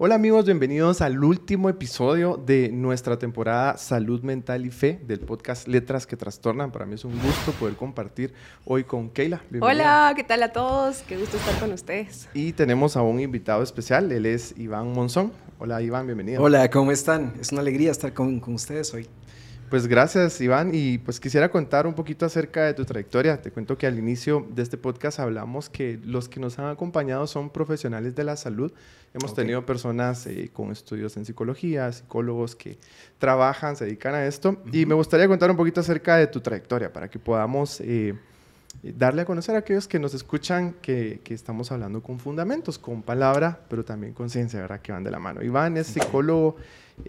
Hola amigos, bienvenidos al último episodio de nuestra temporada Salud Mental y Fe del podcast Letras que Trastornan. Para mí es un gusto poder compartir hoy con Keila. Bienvenida. Hola, ¿qué tal a todos? Qué gusto estar con ustedes. Y tenemos a un invitado especial, él es Iván Monzón. Hola Iván, bienvenido. Hola, ¿cómo están? Es una alegría estar con ustedes hoy. Pues gracias Iván, y pues quisiera contar un poquito acerca de tu trayectoria. Te cuento que al inicio de este podcast hablamos que los que nos han acompañado son profesionales de la salud. Hemos tenido personas con estudios en psicología, psicólogos que trabajan, se dedican a esto, y me gustaría contar un poquito acerca de tu trayectoria para que podamos darle a conocer a aquellos que nos escuchan que estamos hablando con fundamentos, con palabra, pero también con ciencia, ¿verdad? Que van de la mano. Iván es psicólogo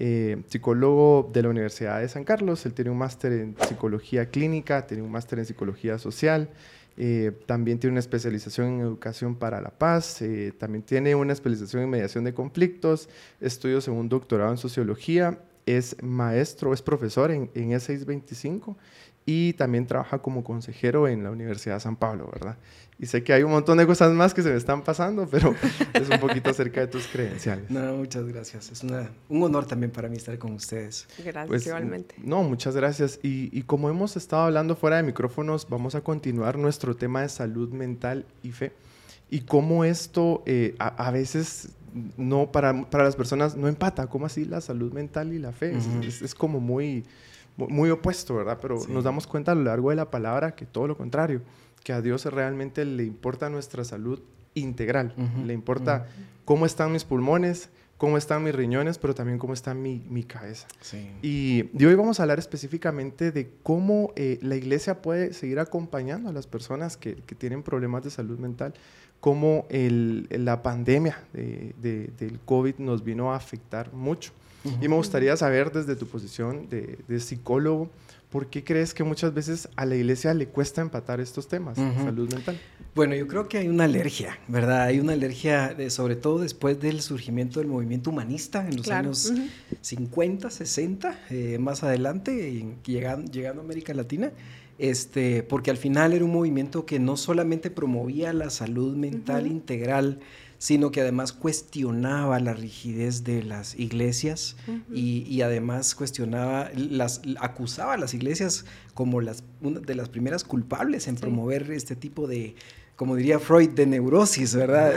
de la Universidad de San Carlos. Él tiene un máster en psicología clínica, tiene un máster en psicología social, también tiene una especialización en educación para la paz, también tiene una especialización en mediación de conflictos, estudios en un doctorado en sociología, es maestro, es profesor en E625 y también trabaja como consejero en la Universidad de San Pablo, ¿verdad? Y sé que hay un montón de cosas más que se me están pasando, pero es un poquito acerca de tus credenciales. No, muchas gracias. Es un honor también para mí estar con ustedes. Gracias, pues, igualmente. No, muchas gracias. Y como hemos estado hablando fuera de micrófonos, vamos a continuar nuestro tema de salud mental y fe. Y cómo esto a veces no para las personas no empata. ¿Cómo así la salud mental y la fe? Es como muy opuesto, ¿verdad? Pero sí, nos damos cuenta a lo largo de la palabra que todo lo contrario, que a Dios realmente le importa nuestra salud integral. Le importa cómo están mis pulmones, cómo están mis riñones, pero también cómo está mi cabeza. Sí. Y hoy vamos a hablar específicamente de cómo la iglesia puede seguir acompañando a las personas que tienen problemas de salud mental, cómo la pandemia del COVID nos vino a afectar mucho. Y me gustaría saber desde tu posición de psicólogo, ¿por qué crees que muchas veces a la iglesia le cuesta empatar estos temas de salud mental? Bueno, yo creo que hay una alergia, ¿verdad? Hay una alergia, sobre todo después del surgimiento del movimiento humanista en los años 50, 60, más adelante, llegando a América Latina, porque al final era un movimiento que no solamente promovía la salud mental integral, sino que además cuestionaba la rigidez de las iglesias y además acusaba a las iglesias como una de las primeras culpables en promover este tipo de, como diría Freud, de neurosis, ¿verdad?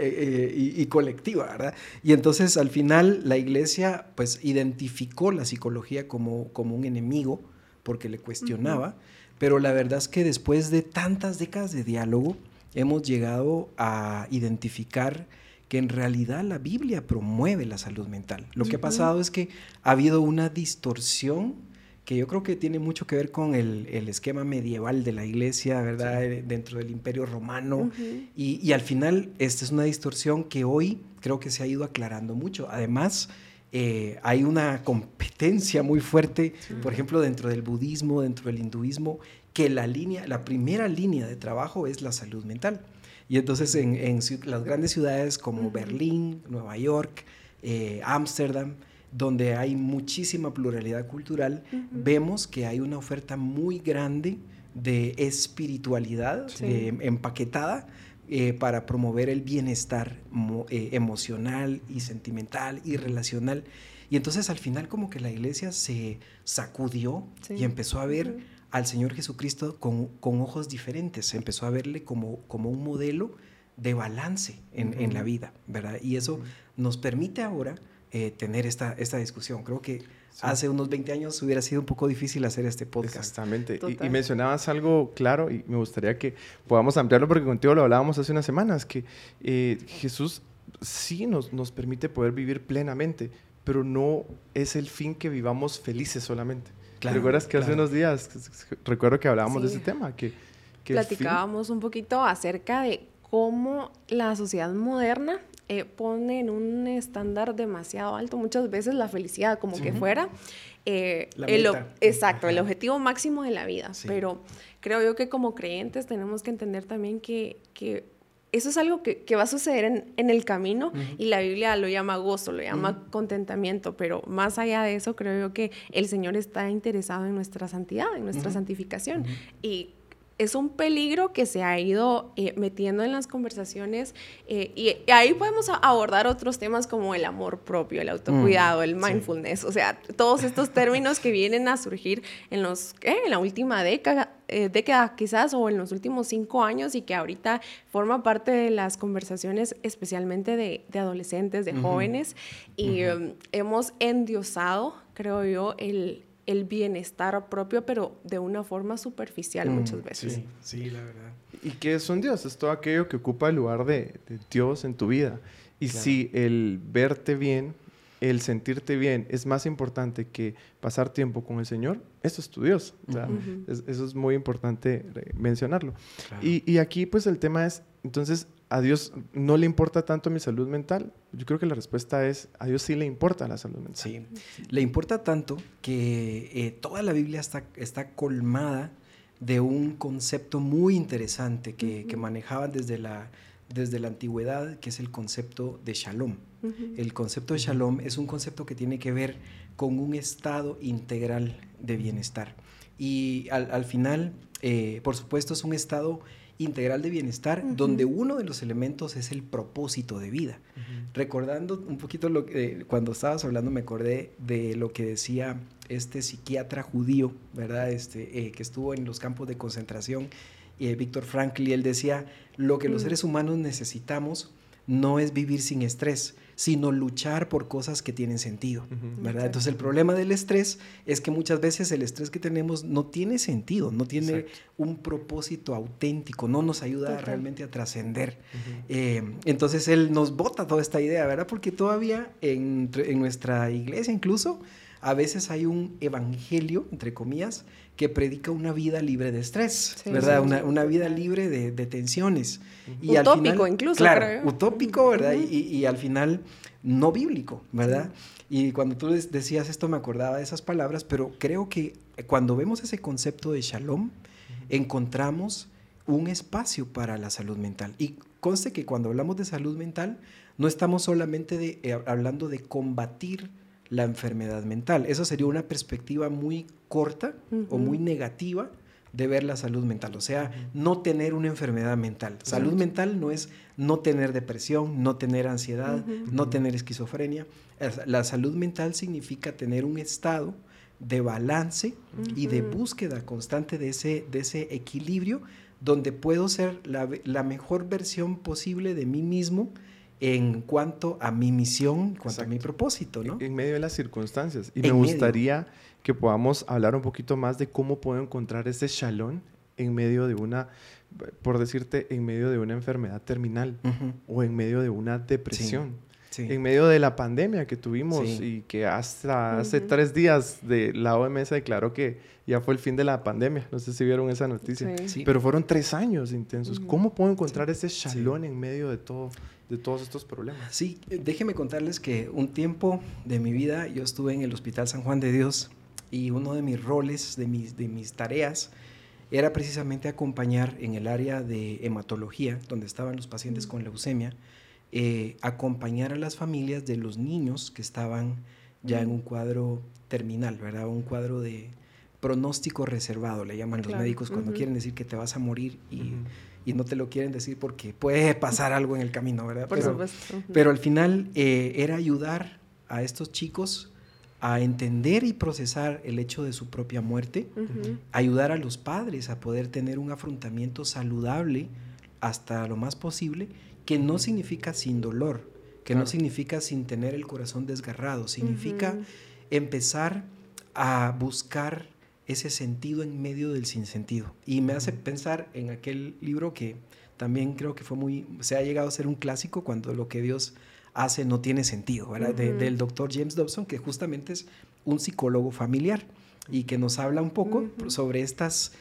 Y colectiva, ¿verdad? Y entonces al final la iglesia pues identificó la psicología como un enemigo porque le cuestionaba, pero la verdad es que después de tantas décadas de diálogo hemos llegado a identificar que en realidad la Biblia promueve la salud mental. Lo que ha pasado es que ha habido una distorsión que yo creo que tiene mucho que ver con el esquema medieval de la iglesia, ¿verdad? Sí. Dentro del Imperio Romano. Y al final esta es una distorsión que hoy creo que se ha ido aclarando mucho. Además, hay una competencia muy fuerte, por ejemplo, dentro del budismo, dentro del hinduismo, que la primera línea de trabajo es la salud mental. Y entonces en las grandes ciudades como Berlín, Nueva York, Ámsterdam, donde hay muchísima pluralidad cultural, vemos que hay una oferta muy grande de espiritualidad empaquetada para promover el bienestar emocional y sentimental y relacional. Y entonces al final como que la iglesia se sacudió y empezó a ver al Señor Jesucristo con ojos diferentes, empezó a verle como un modelo de balance en la vida, ¿verdad? Y eso nos permite ahora tener esta discusión. Creo que hace unos 20 años hubiera sido un poco difícil hacer este podcast. Exactamente. Y mencionabas algo claro y me gustaría que podamos ampliarlo porque contigo lo hablábamos hace unas semanas, que Jesús sí nos permite poder vivir plenamente, pero no es el fin que vivamos felices solamente. Claro, ¿recuerdas que hace unos días, recuerdo que hablábamos de ese tema? Que platicábamos un poquito acerca de cómo la sociedad moderna pone en un estándar demasiado alto muchas veces la felicidad, como que fuera el objetivo máximo de la vida. Pero creo yo que como creyentes tenemos que entender también que eso es algo que va a suceder en el camino y la Biblia lo llama gozo, lo llama contentamiento, pero más allá de eso creo yo que el Señor está interesado en nuestra santidad, en nuestra santificación y es un peligro que se ha ido metiendo en las conversaciones y ahí podemos abordar otros temas como el amor propio, el autocuidado, el mindfulness, o sea, todos estos términos que vienen a surgir en la última década quizás, o en los últimos 5 años, y que ahorita forma parte de las conversaciones, especialmente de adolescentes, de jóvenes, y hemos endiosado, creo yo, el bienestar propio, pero de una forma superficial muchas veces. Sí, la verdad. ¿Y qué es un Dios? Es todo aquello que ocupa el lugar de Dios en tu vida. Y claro, si el verte bien, el sentirte bien es más importante que pasar tiempo con el Señor, eso es tu Dios. O sea, eso es muy importante mencionarlo. Claro. Y aquí pues el tema es, entonces, ¿a Dios no le importa tanto mi salud mental? Yo creo que la respuesta es, a Dios sí le importa la salud mental. Sí, le importa tanto que toda la Biblia está colmada de un concepto muy interesante que manejaban desde la antigüedad, que es el concepto de Shalom. El concepto de Shalom es un concepto que tiene que ver con un estado integral de bienestar. Y al final, por supuesto, es un estado integral de bienestar donde uno de los elementos es el propósito de vida. Recordando un poquito cuando estabas hablando, me acordé de lo que decía este psiquiatra judío, ¿verdad? Que estuvo en los campos de concentración, Viktor Frankl, y él decía, lo que los seres humanos necesitamos no es vivir sin estrés, sino luchar por cosas que tienen sentido, ¿verdad? Entonces el problema del estrés es que muchas veces el estrés que tenemos no tiene sentido, no tiene un propósito auténtico, no nos ayuda realmente a trascender. Entonces él nos bota toda esta idea, ¿verdad? Porque todavía en nuestra iglesia incluso a veces hay un evangelio, entre comillas, que predica una vida libre de estrés, ¿verdad? Una vida libre de tensiones. Y utópico al final, incluso, claro, creo. Utópico, ¿verdad? Y al final no bíblico, ¿verdad? Y cuando tú decías esto me acordaba de esas palabras, pero creo que cuando vemos ese concepto de Shalom, encontramos un espacio para la salud mental. Y conste que cuando hablamos de salud mental, no estamos solamente hablando de combatir la enfermedad mental. Eso sería una perspectiva muy corta o muy negativa de ver la salud mental. O sea, no tener una enfermedad mental. Salud mental no es no tener depresión, no tener ansiedad, no tener esquizofrenia. La salud mental significa tener un estado de balance y de búsqueda constante de ese equilibrio donde puedo ser la mejor versión posible de mí mismo en cuanto a mi misión, en cuanto a mi propósito, ¿no? En medio de las circunstancias. Y me gustaría que podamos hablar un poquito más de cómo puedo encontrar ese shalom en medio de por decirte, en medio de una enfermedad terminal o en medio de una depresión. Sí. En medio de la pandemia que tuvimos y que hasta hace 3 días la OMS declaró que ya fue el fin de la pandemia. No sé si vieron esa noticia. Sí. Pero fueron 3 años intensos. ¿Cómo puedo encontrar ese shalom en medio de todos estos problemas? Sí, déjenme contarles que un tiempo de mi vida yo estuve en el Hospital San Juan de Dios y uno de mis roles, de mis tareas, era precisamente acompañar en el área de hematología, donde estaban los pacientes con leucemia, acompañar a las familias de los niños que estaban ya en un cuadro terminal, ¿verdad? Un cuadro de pronóstico reservado, le llaman los médicos cuando quieren decir que te vas a morir y no te lo quieren decir porque puede pasar algo en el camino, ¿verdad? Por supuesto. Pero al final era ayudar a estos chicos a entender y procesar el hecho de su propia muerte, ayudar a los padres a poder tener un afrontamiento saludable hasta lo más posible, que no significa sin dolor, que no significa sin tener el corazón desgarrado, significa empezar a buscar ese sentido en medio del sinsentido. Y me hace pensar en aquel libro que también creo que se ha llegado a ser un clásico, Cuando lo que Dios hace no tiene sentido, ¿verdad? Del doctor James Dobson, que justamente es un psicólogo familiar y que nos habla un poco sobre estas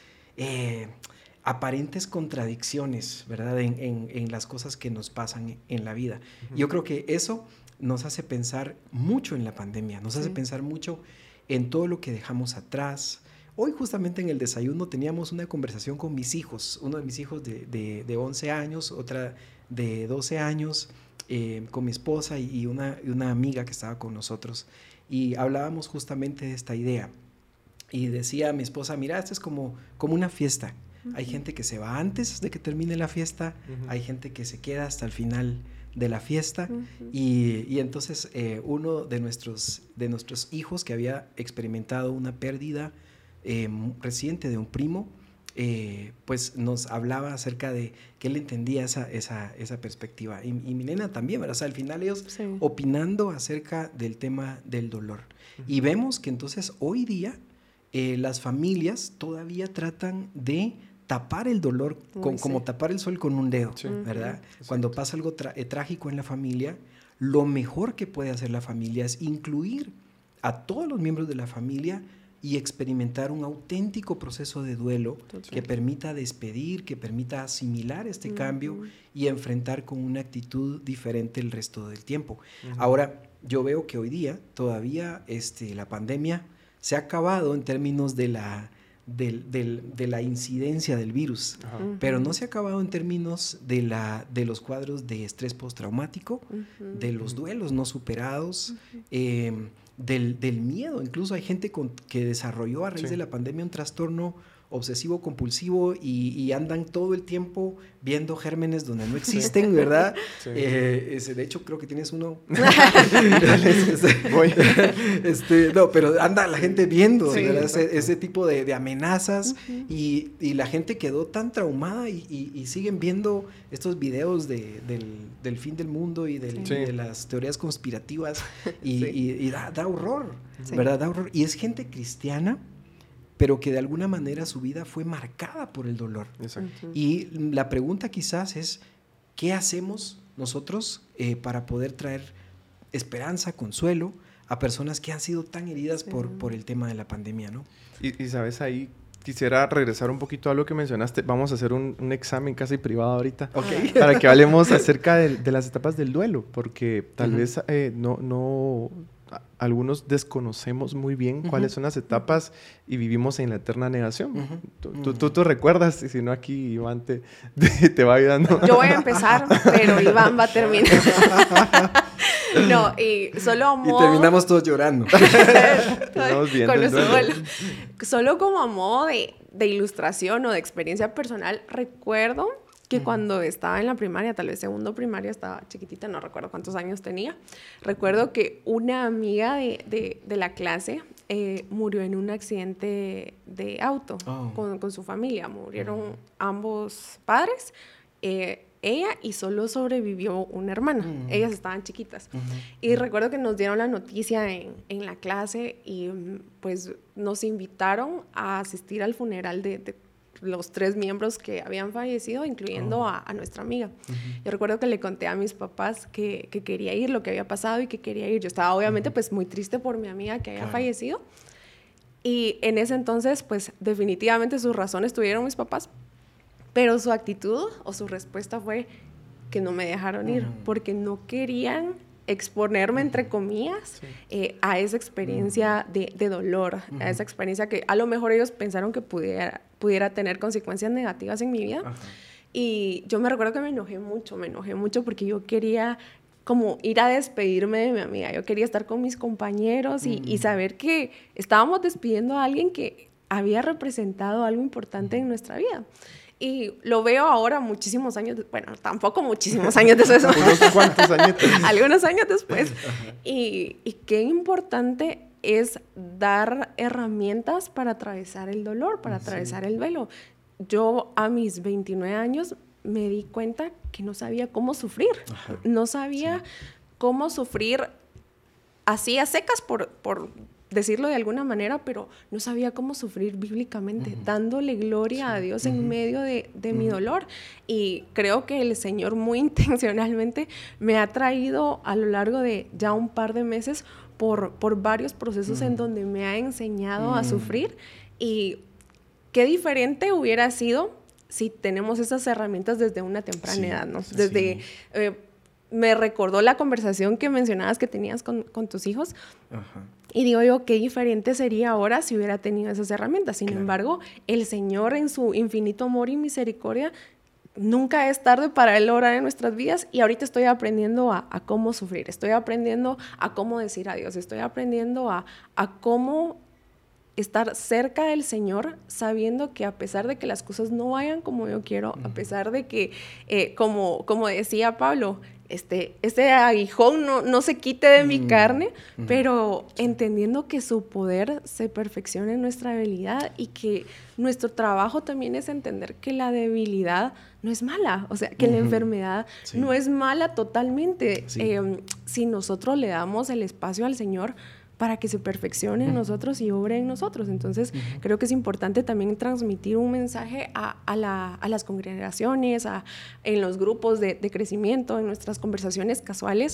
aparentes contradicciones, ¿verdad? En las cosas que nos pasan en la vida. Yo creo que eso nos hace pensar mucho en la pandemia, nos hace pensar mucho en todo lo que dejamos atrás. Hoy justamente en el desayuno teníamos una conversación con mis hijos, uno de mis hijos de 11 años, otra de 12 años, con mi esposa y una amiga que estaba con nosotros, y hablábamos justamente de esta idea y decía mi esposa, mira, esto es como una fiesta, Hay gente que se va antes de que termine la fiesta, hay gente que se queda hasta el final de la fiesta, y entonces uno de nuestros hijos que había experimentado una pérdida reciente de un primo, pues nos hablaba acerca de que él entendía esa perspectiva, y mi nena también, ¿verdad? O sea, al final ellos opinando acerca del tema del dolor, y vemos que entonces hoy día las familias todavía tratan de tapar el dolor, como tapar el sol con un dedo, ¿verdad? Cuando pasa algo trágico en la familia, lo mejor que puede hacer la familia es incluir a todos los miembros de la familia y experimentar un auténtico proceso de duelo que permita despedir, que permita asimilar este cambio y enfrentar con una actitud diferente el resto del tiempo. Ahora, yo veo que hoy día todavía la pandemia se ha acabado en términos de la incidencia del virus, pero no se ha acabado en términos de los cuadros de estrés postraumático, de los duelos no superados, del miedo. Incluso hay gente que desarrolló a raíz de la pandemia un trastorno obsesivo compulsivo y andan todo el tiempo viendo gérmenes donde no existen, ¿verdad? De hecho creo que tienes uno. No, pero anda la gente viendo ese tipo de amenazas, y la gente quedó tan traumada y siguen viendo estos videos del fin del mundo y de las teorías conspirativas y da horror, ¿verdad? Da horror. Y es gente cristiana, pero que de alguna manera su vida fue marcada por el dolor. Exacto. Y la pregunta quizás es, ¿qué hacemos nosotros para poder traer esperanza, consuelo a personas que han sido tan heridas por el tema de la pandemia, ¿no? Y sabes, ahí quisiera regresar un poquito a lo que mencionaste. Vamos a hacer un examen casi privado ahorita, para que hablemos acerca de las etapas del duelo, porque tal vez algunos desconocemos muy bien cuáles son las etapas y vivimos en la eterna negación. Tú recuerdas, y si no aquí Iván te va ayudando. Yo voy a empezar, pero Iván va a terminar. No, y solo a modo... Y terminamos todos llorando. Con nuestro duelo. Solo como a modo de ilustración o de experiencia personal, recuerdo que cuando estaba en la primaria, tal vez segundo primaria, estaba chiquitita, no recuerdo cuántos años tenía, recuerdo que una amiga de la clase murió en un accidente de auto con su familia. Murieron ambos padres, ella, y solo sobrevivió una hermana. Ellas estaban chiquitas. Y recuerdo que nos dieron la noticia en la clase y pues nos invitaron a asistir al funeral de los 3 miembros que habían fallecido, incluyendo a nuestra amiga. Yo recuerdo que le conté a mis papás que quería ir, lo que había pasado y que quería ir. Yo estaba obviamente pues muy triste por mi amiga que había fallecido. Y en ese entonces pues definitivamente sus razones tuvieron mis papás, pero su actitud o su respuesta fue que no me dejaron ir porque no querían exponerme, entre comillas, a esa experiencia de dolor, a esa experiencia que a lo mejor ellos pensaron que pudiera tener consecuencias negativas en mi vida. Y yo me recuerdo que me enojé mucho porque yo quería como ir a despedirme de mi amiga, yo quería estar con mis compañeros y saber que estábamos despidiendo a alguien que había representado algo importante en nuestra vida. Y lo veo ahora muchísimos años, bueno, tampoco muchísimos años después. Unos cuantos años. Algunos años después. Y qué importante es dar herramientas para atravesar el dolor, para atravesar el duelo. Yo a mis 29 años me di cuenta que no sabía cómo sufrir. No sabía cómo sufrir así a secas, por decirlo de alguna manera, pero no sabía cómo sufrir bíblicamente, dándole gloria a Dios en medio de mi dolor. Y creo que el Señor muy intencionalmente me ha traído a lo largo de ya un par de meses por varios procesos en donde me ha enseñado a sufrir. Y qué diferente hubiera sido si tenemos esas herramientas desde una temprana edad, ¿no? Desde... me recordó la conversación que mencionabas que tenías con tus hijos. Y digo yo, qué diferente sería ahora si hubiera tenido esas herramientas. Sin embargo, el Señor en su infinito amor y misericordia, nunca es tarde para Él obrar en nuestras vidas. Y ahorita estoy aprendiendo a cómo sufrir. Estoy aprendiendo a cómo decir adiós. Estoy aprendiendo a cómo estar cerca del Señor, sabiendo que a pesar de que las cosas no vayan como yo quiero, a pesar de que, como decía Pablo, este aguijón no se quite de mi carne, pero entendiendo que su poder se perfecciona en nuestra debilidad y que nuestro trabajo también es entender que la debilidad no es mala, o sea, que la enfermedad no es mala totalmente. Si nosotros le damos el espacio al Señor para que se perfeccione en nosotros y obre en nosotros. Entonces, creo que es importante también transmitir un mensaje a las congregaciones, en los grupos de crecimiento, en nuestras conversaciones casuales,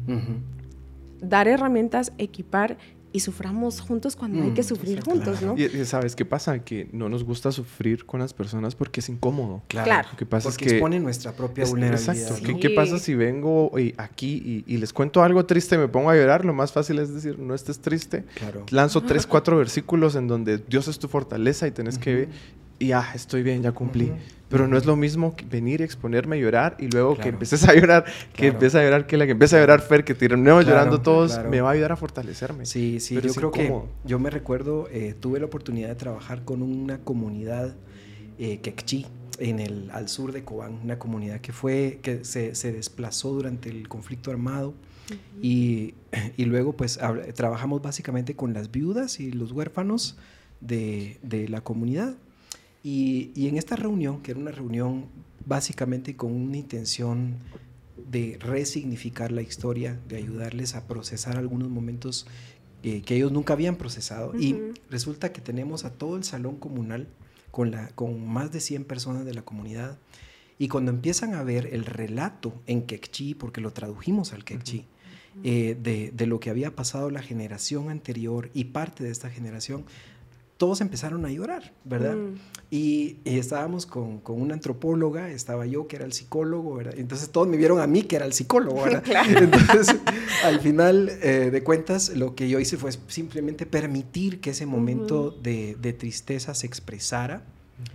dar herramientas, equipar y suframos juntos cuando hay que sufrir juntos, claro. ¿no? Y ¿sabes qué pasa? Que no nos gusta sufrir con las personas porque es incómodo. Claro. Lo que pasa porque es que expone nuestra propia vulnerabilidad. Exacto. ¿No? ¿Qué pasa si vengo aquí y les cuento algo triste y me pongo a llorar? Lo más fácil es decir, no estés triste. Claro. Lanzo 3, 4 versículos en donde Dios es tu fortaleza y tenés que... Y estoy bien, ya cumplí. Pero no es lo mismo que venir y exponerme a llorar y luego que empeces a llorar, que empiece a llorar, que la que empiece a llorar Fer, que tiremos llorando todos, me va a ayudar a fortalecerme. Sí, pero yo creo que yo me recuerdo, tuve la oportunidad de trabajar con una comunidad quechí al sur de Cobán, una comunidad que se desplazó durante el conflicto armado y luego pues trabajamos básicamente con las viudas y los huérfanos de la comunidad. Y en esta reunión, que era una reunión básicamente con una intención de resignificar la historia, de ayudarles a procesar algunos momentos que ellos nunca habían procesado, y resulta que tenemos a todo el salón comunal con más de 100 personas de la comunidad, y cuando empiezan a ver el relato en quechí, porque lo tradujimos al quechí, de lo que había pasado la generación anterior y parte de esta generación, todos empezaron a llorar, ¿verdad? Y estábamos con una antropóloga, estaba yo que era el psicólogo, ¿verdad? Entonces todos me vieron a mí que era el psicólogo, ¿verdad? Claro. Entonces, al final de cuentas, lo que yo hice fue simplemente permitir que ese momento de tristeza se expresara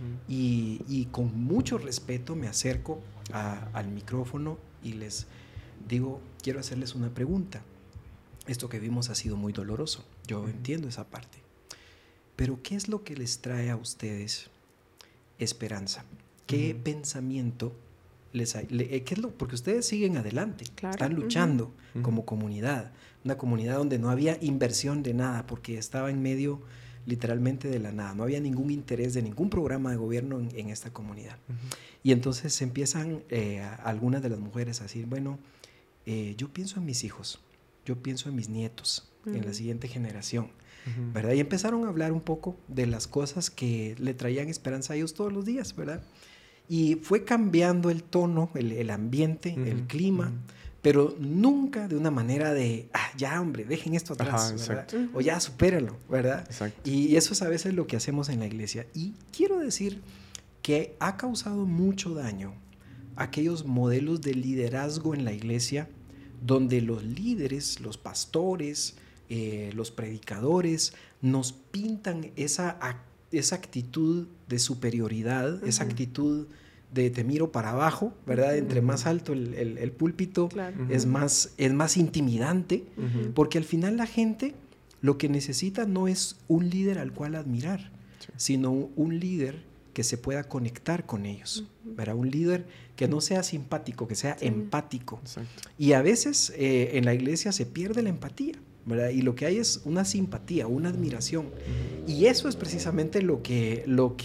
y con mucho respeto me acerco al micrófono y les digo, quiero hacerles una pregunta. Esto que vimos ha sido muy doloroso, yo entiendo esa parte. Pero ¿qué es lo que les trae a ustedes esperanza? ¿Qué pensamiento les hay? ¿Qué es porque ustedes siguen adelante, están luchando como comunidad, una comunidad donde no había inversión de nada porque estaba en medio literalmente de la nada, no había ningún interés de ningún programa de gobierno en esta comunidad. Y entonces empiezan algunas de las mujeres a decir, bueno, yo pienso en mis hijos, yo pienso en mis nietos, en la siguiente generación, ¿verdad? Y empezaron a hablar un poco de las cosas que le traían esperanza a ellos todos los días, ¿verdad? Y fue cambiando el tono, el ambiente, el clima, pero nunca de una manera de, ya hombre, dejen esto atrás, ¿verdad? O ya supéralo, ¿verdad? Exacto. Y eso es a veces lo que hacemos en la iglesia. Y quiero decir que ha causado mucho daño aquellos modelos de liderazgo en la iglesia donde los líderes, los pastores, los predicadores nos pintan esa actitud de superioridad, esa actitud de te miro para abajo, ¿verdad? Entre más alto el púlpito, es más intimidante, porque al final la gente lo que necesita no es un líder al cual admirar, sino un líder que se pueda conectar con ellos, ¿verdad? Un líder que no sea simpático, que sea empático. Exacto. Y a veces en la iglesia se pierde la empatía, ¿verdad? Y lo que hay es una simpatía, una admiración. Y eso es precisamente lo que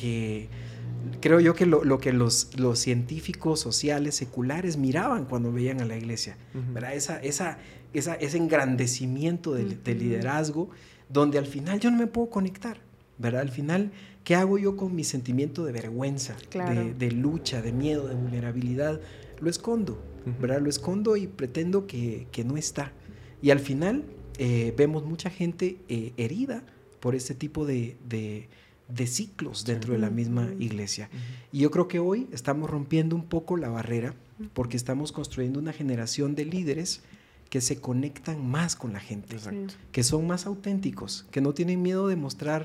creo yo que lo que los científicos sociales seculares miraban cuando veían a la iglesia, ¿verdad? Ese engrandecimiento del liderazgo, donde al final yo no me puedo conectar, ¿verdad? Al final, ¿qué hago yo con mi sentimiento de vergüenza, de lucha, de miedo, de vulnerabilidad? Lo escondo, ¿verdad? Lo escondo y pretendo que no está. Y al final vemos mucha gente herida por este tipo de ciclos dentro de la misma iglesia. Y yo creo que hoy estamos rompiendo un poco la barrera porque estamos construyendo una generación de líderes que se conectan más con la gente, que son más auténticos, que no tienen miedo de mostrar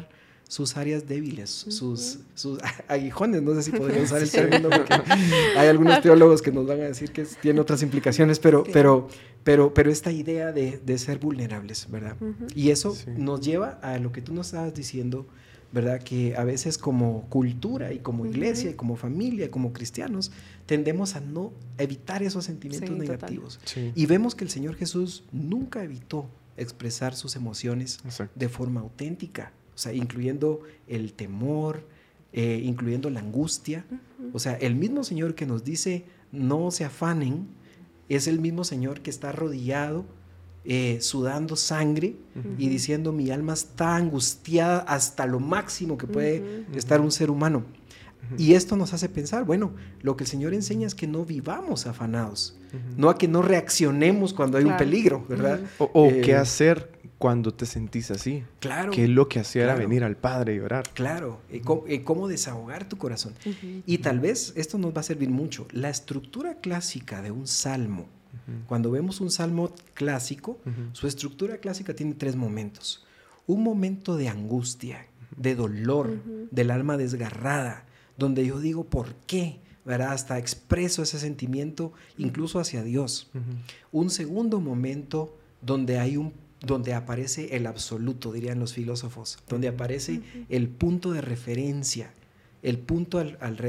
sus áreas débiles, sus aguijones, no sé si podría usar el término, porque hay algunos teólogos que nos van a decir que tiene otras implicaciones, pero esta idea de ser vulnerables, ¿verdad? Y eso nos lleva a lo que tú nos estabas diciendo, ¿verdad? Que a veces como cultura y como iglesia y como familia y como cristianos tendemos a no evitar esos sentimientos negativos. Sí. Y vemos que el Señor Jesús nunca evitó expresar sus emociones de forma auténtica, o sea, incluyendo el temor, incluyendo la angustia. O sea, el mismo Señor que nos dice no se afanen es el mismo Señor que está arrodillado sudando sangre y diciendo mi alma está angustiada hasta lo máximo que puede estar un ser humano. Y esto nos hace pensar, bueno, lo que el Señor enseña es que no vivamos afanados, no a que no reaccionemos cuando hay un peligro, ¿verdad? O qué hacer cuando te sentís así. Claro. ¿Qué es lo que hacía? Era venir al Padre y orar. Claro, cómo desahogar tu corazón. Y tal vez esto nos va a servir mucho. La estructura clásica de un salmo, cuando vemos un salmo clásico, su estructura clásica tiene 3 momentos. Un momento de angustia, de dolor, del alma desgarrada, donde yo digo, ¿por qué? ¿Verdad? Hasta expreso ese sentimiento incluso hacia Dios. Un segundo momento donde aparece el absoluto, dirían los filósofos, donde aparece el punto de referencia, el punto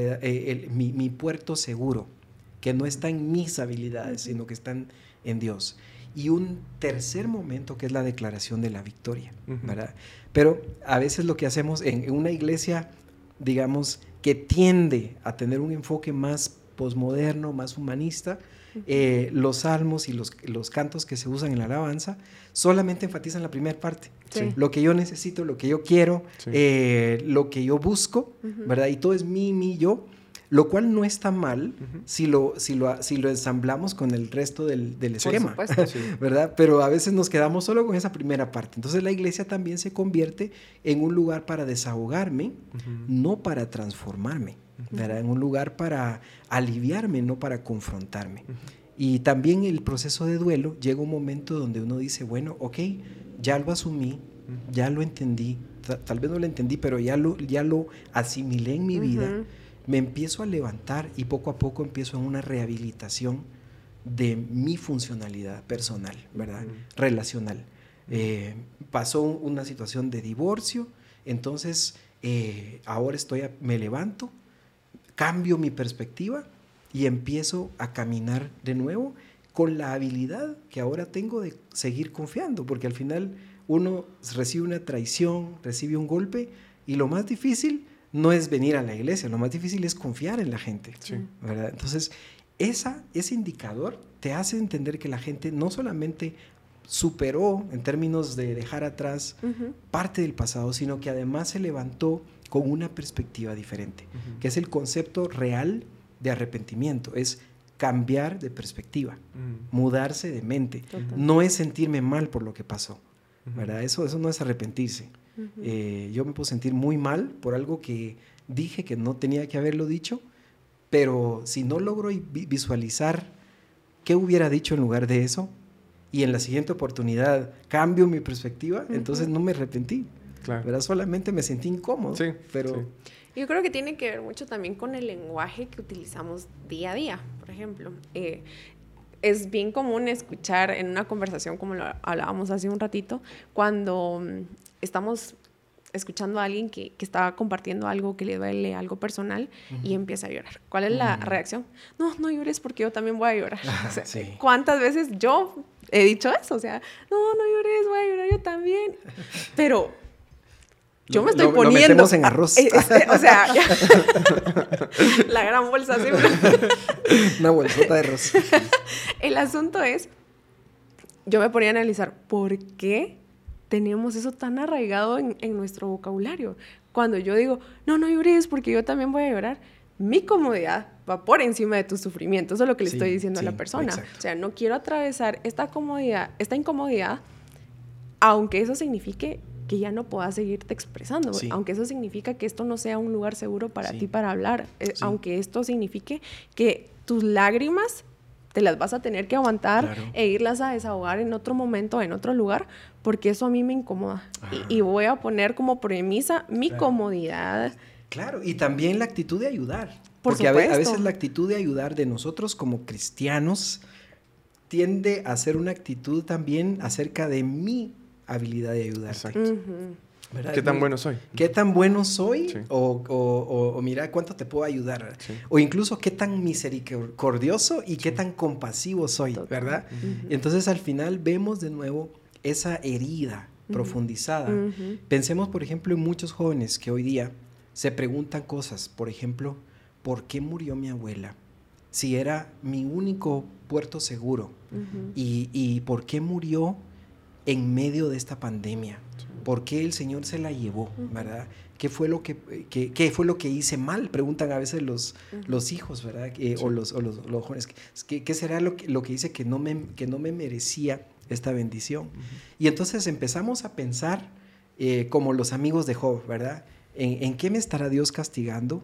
mi puerto seguro, que no está en mis habilidades, sino que están en Dios. Y un tercer momento que es la declaración de la victoria, ¿verdad? Pero a veces lo que hacemos en una iglesia, digamos, que tiende a tener un enfoque más posmoderno, más humanista, los salmos y los cantos que se usan en la alabanza solamente enfatizan la primera parte. Sí. Lo que yo necesito, lo que yo quiero, lo que yo busco, ¿verdad? Y todo es mi, yo, lo cual no está mal si lo ensamblamos con el resto del esquema, por supuesto, ¿verdad? Pero a veces nos quedamos solo con esa primera parte. Entonces la iglesia también se convierte en un lugar para desahogarme, no para transformarme, ¿verdad? En un lugar para aliviarme, no para confrontarme. Y también el proceso de duelo llega un momento donde uno dice, bueno, ok, ya lo asumí, ya lo entendí, tal vez no lo entendí, pero ya lo asimilé en mi vida. Me empiezo a levantar y poco a poco empiezo en una rehabilitación de mi funcionalidad personal, ¿verdad? Relacional. Pasó una situación de divorcio, entonces ahora me levanto, cambio mi perspectiva y empiezo a caminar de nuevo con la habilidad que ahora tengo de seguir confiando, porque al final uno recibe una traición, recibe un golpe y lo más difícil no es venir a la iglesia, lo más difícil es confiar en la gente, ¿verdad? Entonces, ese indicador te hace entender que la gente no solamente superó en términos de dejar atrás parte del pasado, sino que además se levantó con una perspectiva diferente, que es el concepto real de arrepentimiento, es cambiar de perspectiva, mudarse de mente. No es sentirme mal por lo que pasó, ¿verdad? Eso no es arrepentirse. Yo me puedo sentir muy mal por algo que dije que no tenía que haberlo dicho, pero si no logro visualizar qué hubiera dicho en lugar de eso y en la siguiente oportunidad cambio mi perspectiva, entonces no me arrepentí, ¿verdad? Solamente me sentí incómodo, pero... Yo creo que tiene que ver mucho también con el lenguaje que utilizamos día a día. Por ejemplo, es bien común escuchar en una conversación, como lo hablábamos hace un ratito, cuando estamos escuchando a alguien que está compartiendo algo que le duele, algo personal, y empieza a llorar. ¿Cuál es la reacción? No llores porque yo también voy a llorar. O sea, ¿cuántas veces yo he dicho eso? O sea, no llores, voy a llorar yo también. Pero yo me estoy poniendo... Lo metemos en arroz. O sea, la gran bolsa así. Una bolsota de arroz. El asunto es, yo me ponía a analizar, ¿por qué tenemos eso tan arraigado en nuestro vocabulario? Cuando yo digo, no llores porque yo también voy a llorar, mi comodidad va por encima de tu sufrimiento. Eso es lo que le estoy diciendo a la persona. Exacto. O sea, no quiero atravesar esta incomodidad, aunque eso signifique que ya no puedas seguirte expresando, aunque eso significa que esto no sea un lugar seguro para ti para hablar, aunque esto signifique que tus lágrimas te las vas a tener que aguantar, claro, e irlas a desahogar en otro momento, en otro lugar, porque eso a mí me incomoda. Y voy a poner como premisa mi claro, comodidad. Claro, y también la actitud de ayudar. Por porque supuesto. a veces la actitud de ayudar de nosotros como cristianos tiende a ser una actitud también acerca de mi habilidad de ayudar. Exacto. ¿Verdad? ¿Qué tan bueno soy? ¿Qué tan bueno soy? Sí. O mira cuánto te puedo ayudar. Sí. O incluso qué tan misericordioso y qué tan compasivo soy, ¿verdad? Entonces al final vemos de nuevo esa herida profundizada. Pensemos, por ejemplo, en muchos jóvenes que hoy día se preguntan cosas. Por ejemplo, ¿por qué murió mi abuela? Si era mi único puerto seguro. ¿Y por qué murió en medio de esta pandemia? ¿Por qué el Señor se la llevó? ¿Verdad? ¿Qué fue lo que hice mal? Preguntan a veces los hijos, ¿verdad? O los jóvenes. ¿Qué será lo que hice que no me merecía esta bendición? Y entonces empezamos a pensar como los amigos de Job, ¿verdad? ¿En qué me estará Dios castigando?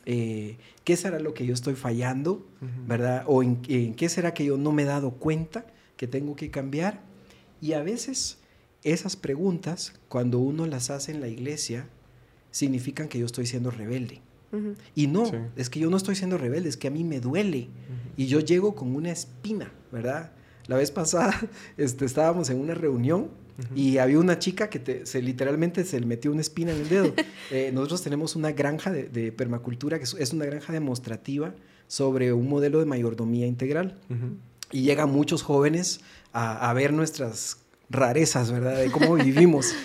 ¿Qué será lo que yo estoy fallando? ¿Verdad? ¿O en qué será que yo no me he dado cuenta que tengo que cambiar? Y a veces esas preguntas, cuando uno las hace en la iglesia, significan que yo estoy siendo rebelde. Y no, es que yo no estoy siendo rebelde, es que a mí me duele. Y yo llego con una espina, ¿verdad? La vez pasada estábamos en una reunión y había una chica que literalmente se le metió una espina en el dedo. Nosotros tenemos una granja de permacultura, que es una granja demostrativa sobre un modelo de mayordomía integral. Y llegan muchos jóvenes a ver nuestras rarezas, ¿verdad? De cómo vivimos.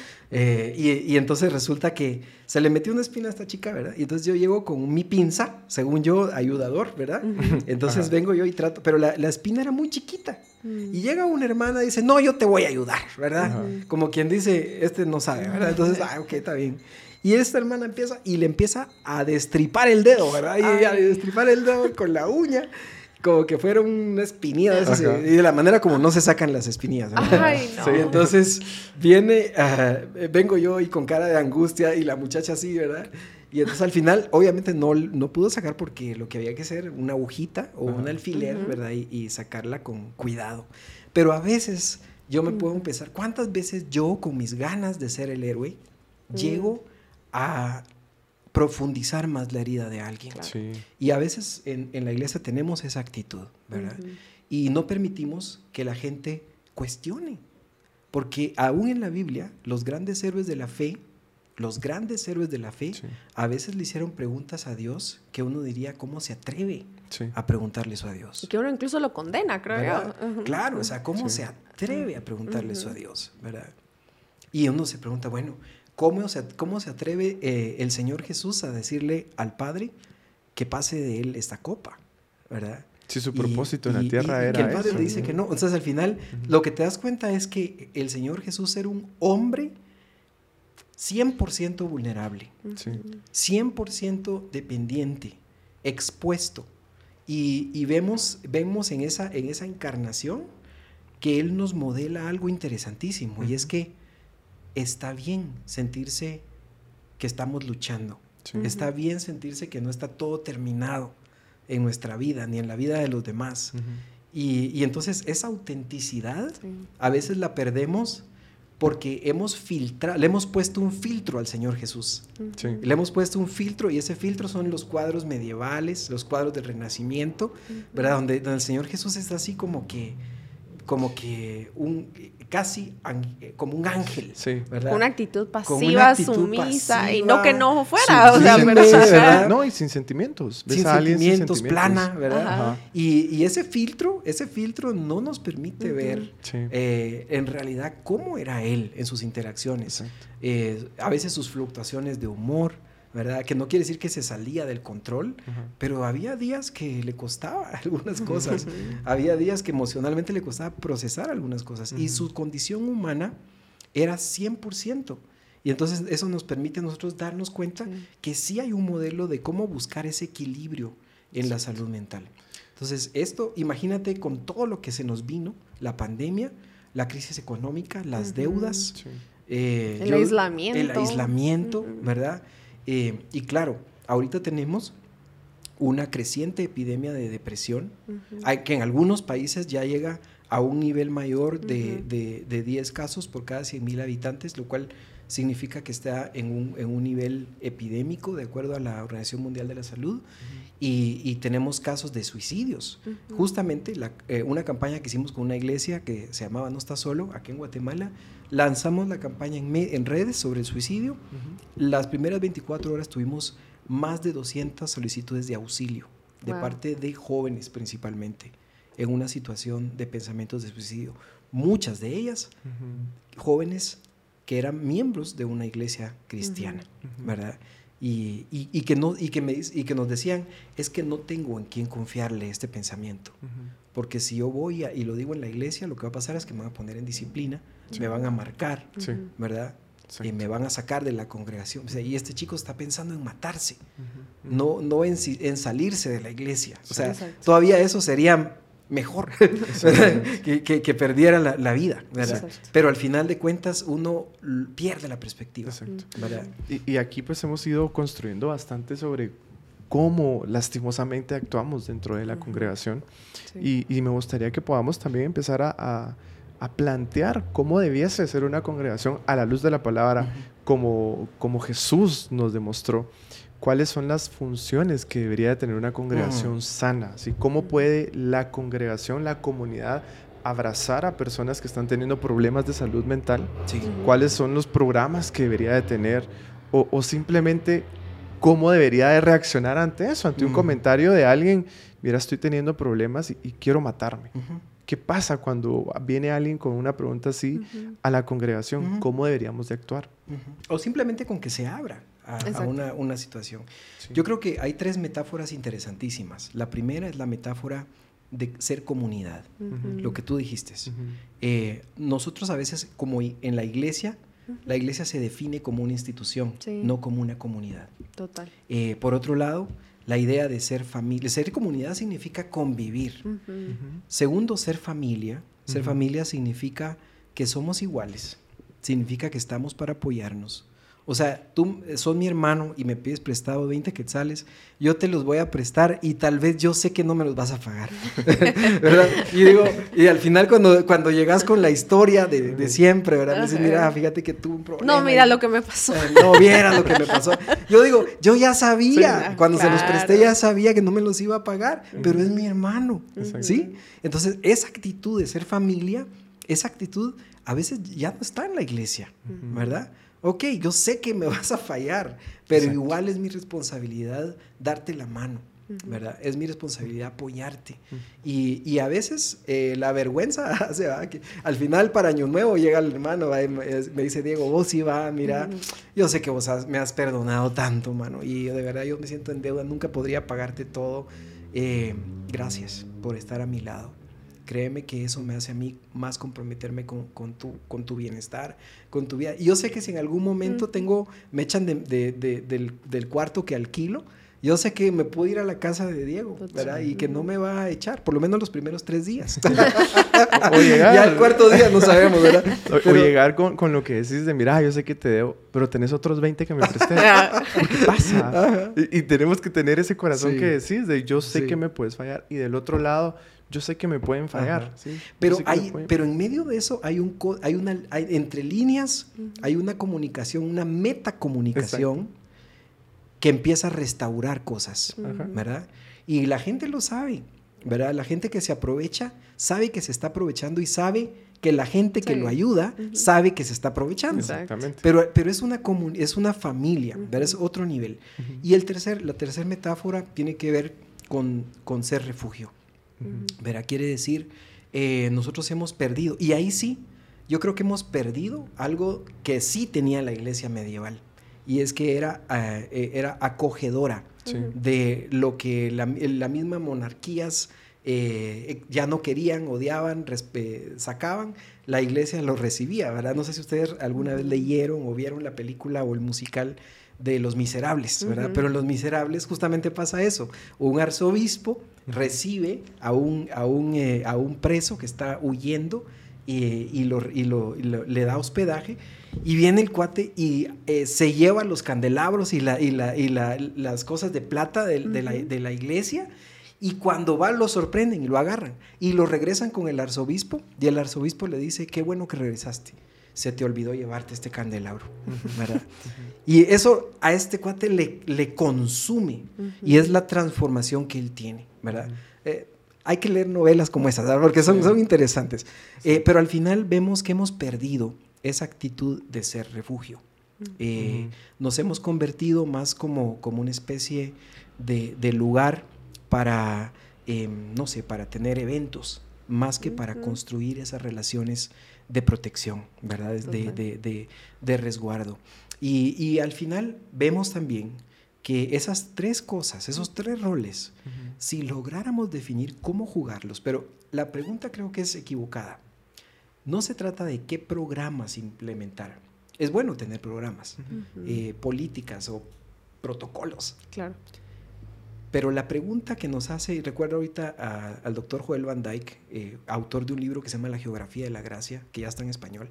Y entonces resulta que se le metió una espina a esta chica, ¿verdad? Y entonces yo llego con mi pinza, según yo, ayudador, ¿verdad? Entonces vengo yo y trato, pero la espina era muy chiquita. Y llega una hermana y dice, no, yo te voy a ayudar, ¿verdad? Como quien dice, este no sabe, ¿verdad? Entonces, ok, está bien. Y esta hermana le empieza a destripar el dedo, ¿verdad? Y a destripar el dedo con la uña. Como que fuera una espinilla de esas, y de la manera como no se sacan las espinillas, ¿verdad? Ay, no. Sí, entonces vengo yo y con cara de angustia y la muchacha así, ¿verdad? Y entonces al final, obviamente no pudo sacar porque lo que había que hacer, una agujita o un alfiler, ¿verdad? Y sacarla con cuidado. Pero a veces yo me puedo pensar, ¿cuántas veces yo con mis ganas de ser el héroe llego a profundizar más la herida de alguien? Claro. Sí. Y a veces en la iglesia tenemos esa actitud, ¿verdad? Y no permitimos que la gente cuestione, porque aún en la Biblia los grandes héroes de la fe, a veces le hicieron preguntas a Dios que uno diría, ¿cómo se atreve a preguntarle eso a Dios? Y que uno incluso lo condena, creo yo. Claro, o sea, ¿cómo se atreve a preguntarle eso a Dios? ¿Verdad? Y uno se pregunta, bueno, ¿cómo se atreve el Señor Jesús a decirle al Padre que pase de él esta copa? ¿Verdad? Sí, su propósito en la tierra era que el Padre eso. le dice que no. Entonces, al final, lo que te das cuenta es que el Señor Jesús era un hombre 100% vulnerable, 100% dependiente, expuesto. Y vemos en esa encarnación que Él nos modela algo interesantísimo, y es que está bien sentirse que estamos luchando. Está bien sentirse que no está todo terminado en nuestra vida, ni en la vida de los demás. Y entonces esa autenticidad a veces la perdemos porque le hemos puesto un filtro al Señor Jesús. Le hemos puesto un filtro, y ese filtro son los cuadros medievales, los cuadros del Renacimiento, ¿verdad? Donde el Señor Jesús está así como que casi como un ángel, ¿verdad? Una actitud pasiva, sumisa, y no que no fuera, ¿verdad? No, y sin sentimientos. Sin sentimientos, plana, ¿verdad? Y ese filtro no nos permite ver en realidad cómo era él en sus interacciones. A veces sus fluctuaciones de humor, ¿verdad? Que no quiere decir que se salía del control, pero había días que le costaba algunas cosas. Había días que emocionalmente le costaba procesar algunas cosas. Y su condición humana era 100%. Y entonces eso nos permite a nosotros darnos cuenta que sí hay un modelo de cómo buscar ese equilibrio en la salud mental. Entonces imagínate con todo lo que se nos vino, la pandemia, la crisis económica, las deudas, el aislamiento. El aislamiento, ¿verdad? Y claro, ahorita tenemos una creciente epidemia de depresión, que en algunos países ya llega a un nivel mayor de 10 casos por cada 100,000 habitantes, lo cual significa que está en un nivel epidémico de acuerdo a la Organización Mundial de la Salud, y tenemos casos de suicidios. Justamente una campaña que hicimos con una iglesia que se llamaba No Estás Solo, aquí en Guatemala, lanzamos la campaña en redes sobre el suicidio. Las primeras 24 horas tuvimos más de 200 solicitudes de auxilio de parte de jóvenes principalmente en una situación de pensamientos de suicidio. Muchas de ellas jóvenes que eran miembros de una iglesia cristiana, ¿verdad? Y que nos decían, es que no tengo en quién confiarle este pensamiento, porque si yo voy y lo digo en la iglesia, lo que va a pasar es que me van a poner en disciplina, me van a marcar, ¿verdad? Y me van a sacar de la congregación. O sea, y este chico está pensando en matarse, no en salirse de la iglesia. O sea, todavía eso sería mejor que perdiera la vida, ¿verdad? Pero al final de cuentas uno pierde la perspectiva, ¿verdad? Y aquí pues hemos ido construyendo bastante sobre cómo lastimosamente actuamos dentro de la congregación, y me gustaría que podamos también empezar a plantear cómo debiese ser una congregación a la luz de la palabra, como Jesús nos demostró. ¿Cuáles son las funciones que debería de tener una congregación sana? ¿Sí? ¿Cómo puede la congregación, la comunidad, abrazar a personas que están teniendo problemas de salud mental? ¿Cuáles son los programas que debería de tener? O simplemente, ¿cómo debería de reaccionar ante eso? Ante un comentario de alguien, mira, estoy teniendo problemas y quiero matarme. ¿Qué pasa cuando viene alguien con una pregunta así a la congregación? ¿Cómo deberíamos de actuar? O simplemente con que se abra a una situación. Yo creo que hay 3 metáforas interesantísimas. La primera es la metáfora de ser comunidad, lo que tú dijiste. Nosotros a veces, como en la iglesia se define como una institución, no como una comunidad. Total. Por otro lado, la idea de ser familia, ser comunidad significa convivir. Segundo, ser familia. Ser familia significa que somos iguales, significa que estamos para apoyarnos. O sea, tú sos mi hermano y me pides prestado 20 quetzales, yo te los voy a prestar y tal vez yo sé que no me los vas a pagar, ¿verdad? Y al final cuando llegas con la historia de siempre, ¿verdad? Me dices, mira, fíjate que tuve un problema. No, mira lo que me pasó. No, viera lo que me pasó. Yo digo, yo ya sabía, cuando se los presté ya sabía que no me los iba a pagar, pero es mi hermano, ¿sí? Entonces, esa actitud de ser familia, esa actitud a veces ya no está en la iglesia, ¿verdad? Ok, yo sé que me vas a fallar, pero igual es mi responsabilidad darte la mano, ¿verdad? Es mi responsabilidad apoyarte. Y a veces la vergüenza hace que al final para Año Nuevo llega el hermano, me dice, Diego, vos sí va, mira, yo sé que vos me has perdonado tanto, mano, y de verdad yo me siento en deuda, nunca podría pagarte todo. Gracias por estar a mi lado. Créeme que eso me hace a mí más comprometerme con tu bienestar, con tu vida. Y yo sé que si en algún momento me echan del cuarto que alquilo, yo sé que me puedo ir a la casa de Diego, ¿verdad? Y que no me va a echar, por lo menos los primeros 3 días. O llegar, ya el 4.º día no sabemos, ¿verdad? O llegar con lo que decís de, mira, yo sé que te debo, pero tenés otros 20 que me presté. ¿Qué pasa? Y tenemos que tener ese corazón que decís de, yo sé que me puedes fallar. Y del otro lado, yo sé que me pueden fallar. ¿Sí? Pero en medio de eso hay entre líneas, hay una comunicación, una metacomunicación que empieza a restaurar cosas, ¿verdad? Y la gente lo sabe, ¿verdad? La gente que se aprovecha sabe que se está aprovechando y sabe que la gente que lo ayuda sabe que se está aprovechando. Exactamente. Pero es una familia, ¿verdad? Es otro nivel. Y la tercera metáfora tiene que ver con ser refugio. ¿Verdad? Quiere decir, nosotros hemos perdido, y ahí sí, yo creo que hemos perdido algo que sí tenía la iglesia medieval, y es que era acogedora de lo que la misma monarquías ya no querían, odiaban, sacaban, la iglesia los recibía, ¿verdad? No sé si ustedes alguna vez leyeron o vieron la película o el musical de Los Miserables, ¿verdad? Pero en Los Miserables justamente pasa eso. Un arzobispo recibe a un preso que está huyendo le da hospedaje, y viene el cuate y se lleva los candelabros y las cosas de plata de la iglesia, y cuando va lo sorprenden y lo agarran y lo regresan con el arzobispo, y el arzobispo le dice: qué bueno que regresaste, se te olvidó llevarte este candelabro, ¿verdad? Y eso a este cuate le consume, y es la transformación que él tiene, ¿verdad? Hay que leer novelas como esas, ¿verdad? Porque son interesantes. Pero al final vemos que hemos perdido esa actitud de ser refugio. Nos hemos convertido más como una especie de lugar para, no sé, para tener eventos, más que para construir esas relaciones de protección, ¿verdad? De resguardo. Y al final vemos también que esas tres cosas, esos tres roles, si lográramos definir cómo jugarlos, pero la pregunta creo que es equivocada. No se trata de qué programas implementar. Es bueno tener programas, políticas o protocolos. Claro. Pero la pregunta que nos hace, y recuerdo ahorita al doctor Joel Van Dyke, autor de un libro que se llama La Geografía de la Gracia, que ya está en español,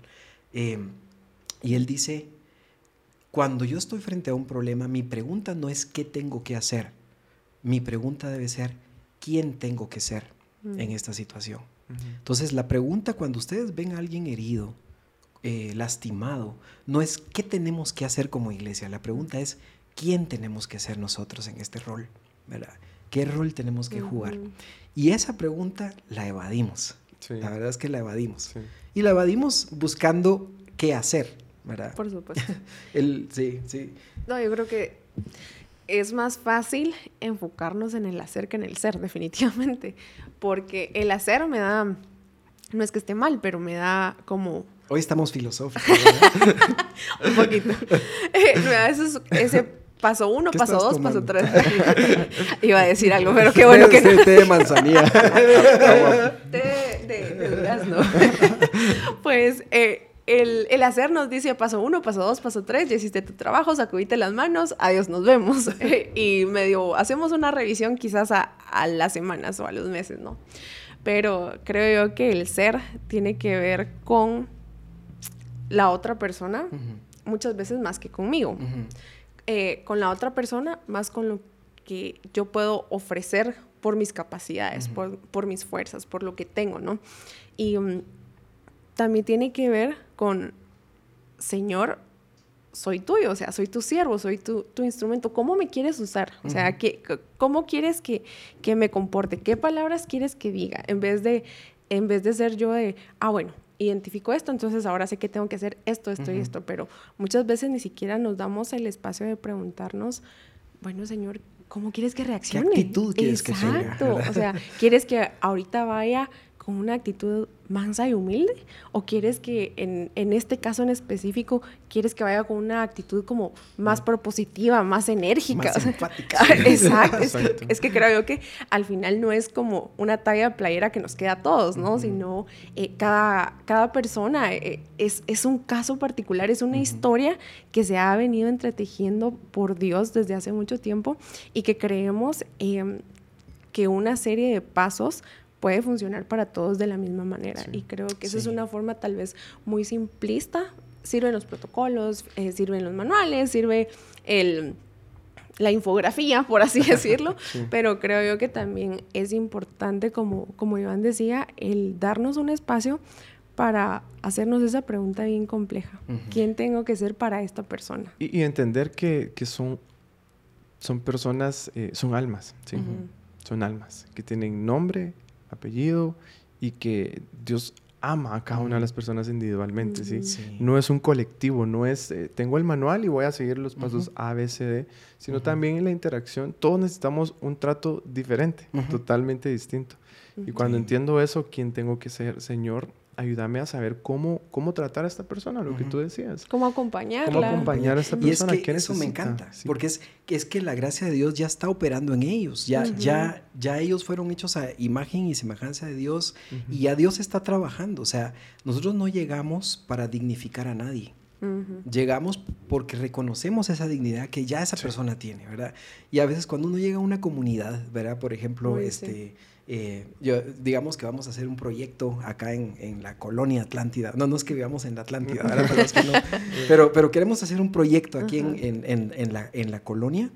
y él dice: cuando yo estoy frente a un problema, mi pregunta no es qué tengo que hacer, mi pregunta debe ser quién tengo que ser en esta situación. Entonces la pregunta, cuando ustedes ven a alguien herido, lastimado, no es qué tenemos que hacer como iglesia, la pregunta es quién tenemos que ser nosotros en este rol, ¿verdad? ¿Qué rol tenemos que jugar? Y esa pregunta la evadimos. Sí. La verdad es que la evadimos. Sí. Y la evadimos buscando qué hacer, ¿verdad? Por supuesto. Sí. No, yo creo que es más fácil enfocarnos en el hacer que en el ser, definitivamente. Porque el hacer me da, no es que esté mal, pero me da como... Hoy estamos filosóficos, ¿verdad? Un poquito. Me da ese paso 1, paso 2, paso 3. Iba a decir algo, pero qué bueno que no. Té de manzanilla. Té de durazno. Pues el hacer nos dice paso 1, paso 2, paso 3, ya hiciste tu trabajo, sacudiste las manos, adiós, nos vemos. Y medio hacemos una revisión quizás a las semanas o a los meses, ¿no? Pero creo yo que el ser tiene que ver con la otra persona, muchas veces más que conmigo. Con la otra persona, más con lo que yo puedo ofrecer por mis capacidades, por mis fuerzas, por lo que tengo, ¿no? Y también tiene que ver con, Señor, soy tuyo, o sea, soy tu siervo, soy tu instrumento. ¿Cómo me quieres usar? O sea, ¿cómo quieres que me comporte? ¿Qué palabras quieres que diga? En vez de ser yo de, bueno, identifico esto, entonces ahora sé que tengo que hacer esto y esto, pero muchas veces ni siquiera nos damos el espacio de preguntarnos, bueno, Señor, ¿cómo quieres que reaccione? ¿Qué actitud quieres que tenga? Exacto, o sea, ¿quieres que ahorita vaya con una actitud mansa y humilde? ¿O quieres que en este caso en específico, quieres que vaya con una actitud como más propositiva, más enérgica? Más empática. Exacto. Es que creo yo que al final no es como una talla de playera que nos queda a todos, ¿no? Sino cada persona es un caso particular, es una historia que se ha venido entretejiendo por Dios desde hace mucho tiempo, y que creemos que una serie de pasos puede funcionar para todos de la misma manera. Sí, y creo que esa es una forma tal vez muy simplista. Sirven los protocolos, sirven los manuales, sirve la infografía, por así decirlo, pero creo yo que también es importante, como Iván decía, el darnos un espacio para hacernos esa pregunta bien compleja. ¿Quién tengo que ser para esta persona? Y entender que son personas, son almas, ¿sí? Son almas que tienen nombre, apellido, y que Dios ama a cada una de las personas individualmente, ¿sí? No es un colectivo, no es tengo el manual y voy a seguir los pasos A, B, C, D, sino también en la interacción todos necesitamos un trato diferente, totalmente distinto. Y cuando entiendo eso, ¿quién tengo que ser? Señor, ayúdame a saber cómo tratar a esta persona, lo que tú decías. Cómo acompañarla. Cómo acompañar a esta persona. Y es que eso me encanta, porque es que la gracia de Dios ya está operando en ellos. Ya ellos fueron hechos a imagen y semejanza de Dios, y ya Dios está trabajando. O sea, nosotros no llegamos para dignificar a nadie. Llegamos porque reconocemos esa dignidad que ya esa persona tiene, ¿verdad? Y a veces cuando uno llega a una comunidad, ¿verdad? Por ejemplo, digamos que vamos a hacer un proyecto acá en la colonia Atlántida. No es que vivamos en la Atlántida, ¿verdad? Pero, es que no. Pero queremos hacer un proyecto aquí en la colonia.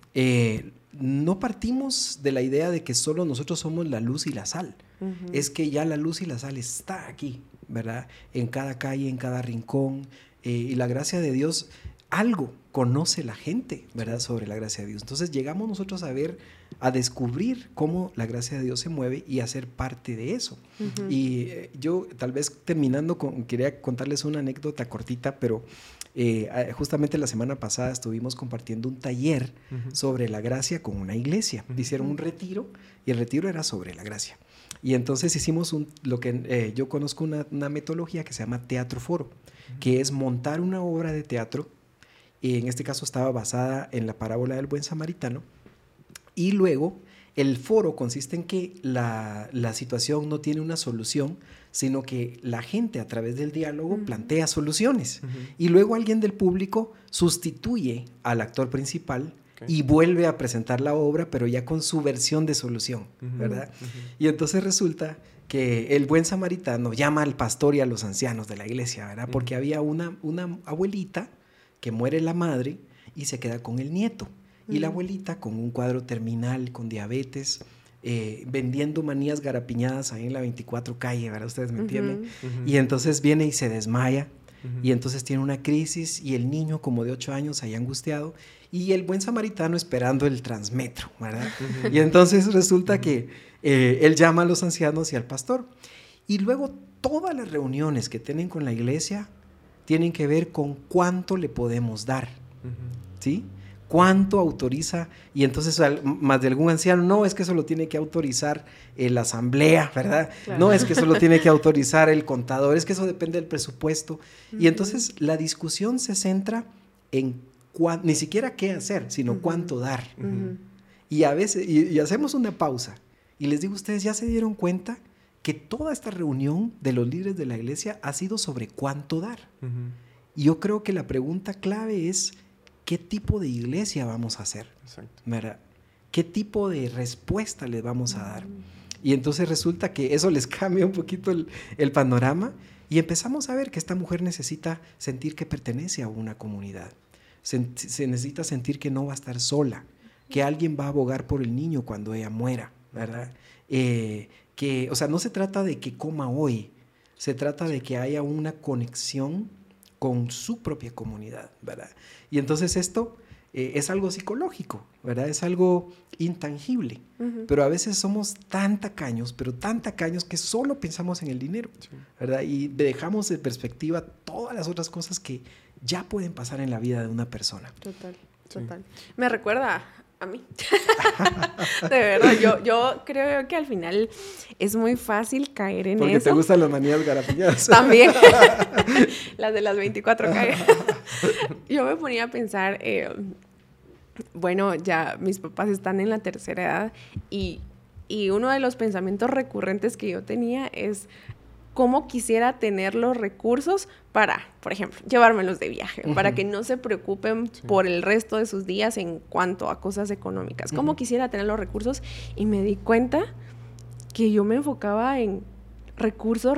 No partimos de la idea de que solo nosotros somos la luz y la sal. Es que ya la luz y la sal está aquí, ¿verdad? En cada calle, en cada rincón. Y la gracia de Dios, algo conoce la gente, ¿verdad? Sobre la gracia de Dios. Entonces llegamos nosotros a descubrir cómo la gracia de Dios se mueve y a ser parte de eso. Y yo tal vez terminando, quería contarles una anécdota cortita, pero justamente la semana pasada estuvimos compartiendo un taller sobre la gracia con una iglesia. Hicieron un retiro y el retiro era sobre la gracia. Y entonces hicimos lo que yo conozco una metodología que se llama teatro foro, que es montar una obra de teatro, y en este caso estaba basada en la parábola del buen samaritano, y luego el foro consiste en que la situación no tiene una solución, sino que la gente a través del diálogo plantea soluciones, y luego alguien del público sustituye al actor principal y vuelve a presentar la obra, pero ya con su versión de solución, ¿verdad? Y entonces resulta que el buen samaritano llama al pastor y a los ancianos de la iglesia, ¿verdad? Porque había una abuelita que muere la madre y se queda con el nieto. Y la abuelita con un cuadro terminal, con diabetes, vendiendo manías garapiñadas ahí en la 24 calle, ¿verdad? Ustedes me entienden. Y entonces viene y se desmaya. Y entonces tiene una crisis y el niño como de 8 años ahí angustiado y el buen samaritano esperando el Transmetro, ¿verdad? Y entonces resulta que él llama a los ancianos y al pastor. Y luego todas las reuniones que tienen con la iglesia tienen que ver con cuánto le podemos dar, ¿sí? ¿Cuánto autoriza? Y entonces más de algún anciano, no, es que eso lo tiene que autorizar la asamblea, ¿verdad? Claro. No, es que eso lo tiene que autorizar el contador, es que eso depende del presupuesto. Y entonces la discusión se centra en ni siquiera qué hacer, sino cuánto dar. Y a veces, y hacemos una pausa, y les digo, ustedes ya se dieron cuenta que toda esta reunión de los líderes de la iglesia ha sido sobre cuánto dar. Y yo creo que la pregunta clave es, ¿qué tipo de iglesia vamos a hacer? Exacto. ¿Verdad? ¿Qué tipo de respuesta les vamos a dar? Y entonces resulta que eso les cambia un poquito el panorama y empezamos a ver que esta mujer necesita sentir que pertenece a una comunidad. Se necesita sentir que no va a estar sola, que alguien va a abogar por el niño cuando ella muera, ¿verdad? O sea, no se trata de que coma hoy, se trata de que haya una conexión con su propia comunidad, ¿verdad? Y entonces esto es algo psicológico, ¿verdad? Es algo intangible, pero a veces somos tan tacaños que solo pensamos en el dinero, ¿verdad? Y dejamos de perspectiva todas las otras cosas que ya pueden pasar en la vida de una persona. Total. Me recuerda a mí. De verdad, yo creo que al final es muy fácil caer en porque eso. Porque te gustan las manías garapiñadas. También. Las de las 24 calles. Yo me ponía a pensar, bueno, ya mis papás están en la tercera edad y uno de los pensamientos recurrentes que yo tenía es cómo quisiera tener los recursos para, por ejemplo, llevármelos de viaje, para que no se preocupen por el resto de sus días en cuanto a cosas económicas. Cómo quisiera tener los recursos y me di cuenta que yo me enfocaba en recursos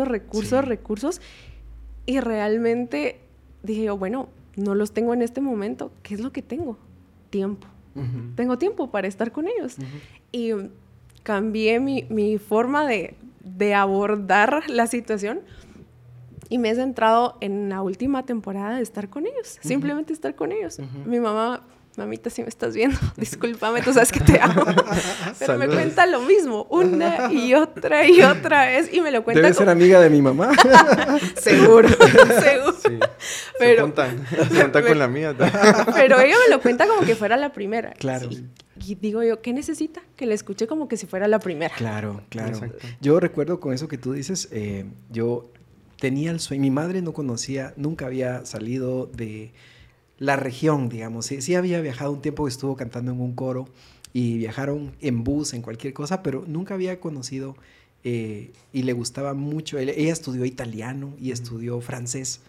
y realmente dije yo, bueno, no los tengo en este momento. ¿Qué es lo que tengo? Tiempo. Tengo tiempo para estar con ellos. Y cambié mi forma de abordar la situación y me he centrado en la última temporada de estar con ellos, simplemente estar con ellos. Mi mamita, si me estás viendo, discúlpame, tú sabes que te amo, pero me cuenta lo mismo una y otra vez y me lo cuenta. Debe ser amiga de mi mamá. Seguro. Sí. Pero, se junta con la mía. Pero ella me lo cuenta como que fuera la primera. Claro. Y digo yo, ¿qué necesita? Que la escuche como que si fuera la primera. Claro. Exacto. Yo recuerdo con eso que tú dices, yo tenía el sueño, mi madre nunca había salido de la región, digamos. Sí había viajado un tiempo, estuvo cantando en un coro y viajaron en bus, en cualquier cosa, pero nunca había conocido y le gustaba mucho. Ella estudió italiano y estudió francés.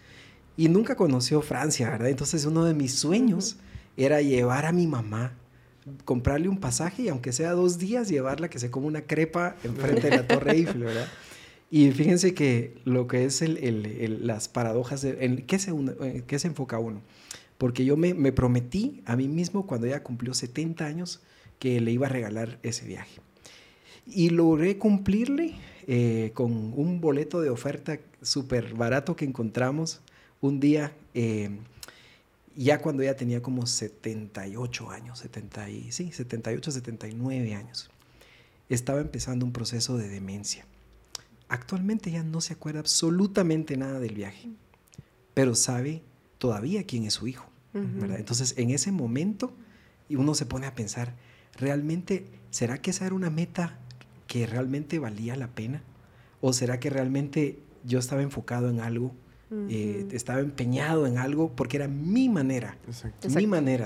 y nunca conoció Francia, ¿verdad? Entonces uno de mis sueños era llevar a mi mamá, comprarle un pasaje y aunque sea 2 días, llevarla que se coma una crepa enfrente de la Torre Eiffel, ¿verdad? Y fíjense que lo que es las paradojas, ¿qué se enfoca uno? Porque yo me prometí a mí mismo cuando ella cumplió 70 años que le iba a regalar ese viaje. Y logré cumplirle con un boleto de oferta súper barato que encontramos un día, ya cuando ella tenía como 78 años, 78, 79 años. Estaba empezando un proceso de demencia. Actualmente ya no se acuerda absolutamente nada del viaje, pero sabe todavía quién es su hijo, ¿verdad? Entonces, en ese momento, uno se pone a pensar, ¿realmente será que esa era una meta que realmente valía la pena? ¿O será que realmente yo estaba enfocado en algo, estaba empeñado en algo porque era mi manera, mi manera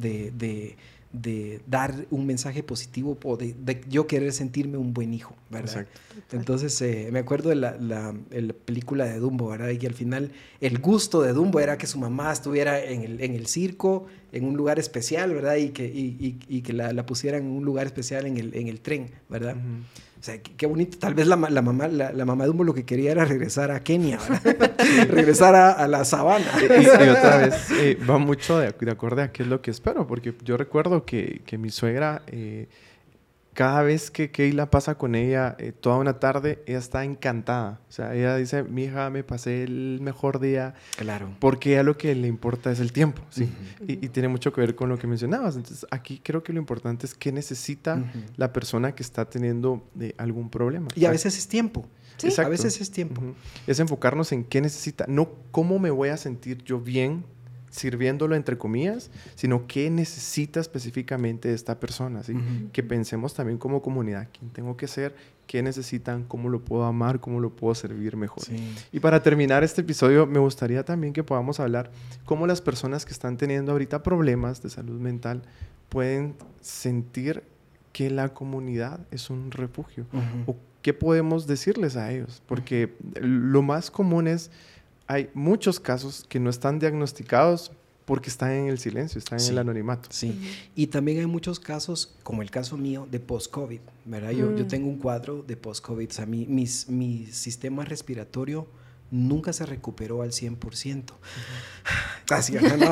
de dar un mensaje positivo o de yo querer sentirme un buen hijo, ¿verdad? Exacto. Entonces me acuerdo de la película de Dumbo, ¿verdad? Y que al final el gusto de Dumbo era que su mamá estuviera en el circo, en un lugar especial, ¿verdad? Y que la pusieran en un lugar especial en el tren, ¿verdad? O sea, qué bonito. Tal vez la mamá de Dumbo lo que quería era regresar a Kenia, ¿verdad? Regresar a la sabana. Y otra vez, va mucho de acuerdo a qué es lo que espero, porque yo recuerdo que mi suegra, cada vez que Keila pasa con ella, toda una tarde, ella está encantada. O sea, ella dice, mi hija, me pasé el mejor día. Claro. Porque a lo que le importa es el tiempo, ¿sí? Y tiene mucho que ver con lo que mencionabas. Entonces, aquí creo que lo importante es qué necesita la persona que está teniendo algún problema. Y a veces es tiempo. Sí. Exacto. A veces es tiempo. Es enfocarnos en qué necesita, no cómo me voy a sentir yo bien sirviéndolo entre comillas, sino qué necesita específicamente esta persona, ¿sí? Que pensemos también como comunidad, quién tengo que ser, qué necesitan, cómo lo puedo amar, cómo lo puedo servir mejor. Sí. Y para terminar este episodio, me gustaría también que podamos hablar cómo las personas que están teniendo ahorita problemas de salud mental pueden sentir que la comunidad es un refugio. O qué podemos decirles a ellos, porque lo más común es hay muchos casos que no están diagnosticados porque están en el silencio, están en el anonimato. Sí, y también hay muchos casos, como el caso mío, de post-COVID, ¿verdad? Yo tengo un cuadro de post-COVID, o sea, mi sistema respiratorio nunca se recuperó al 100%. Así, no,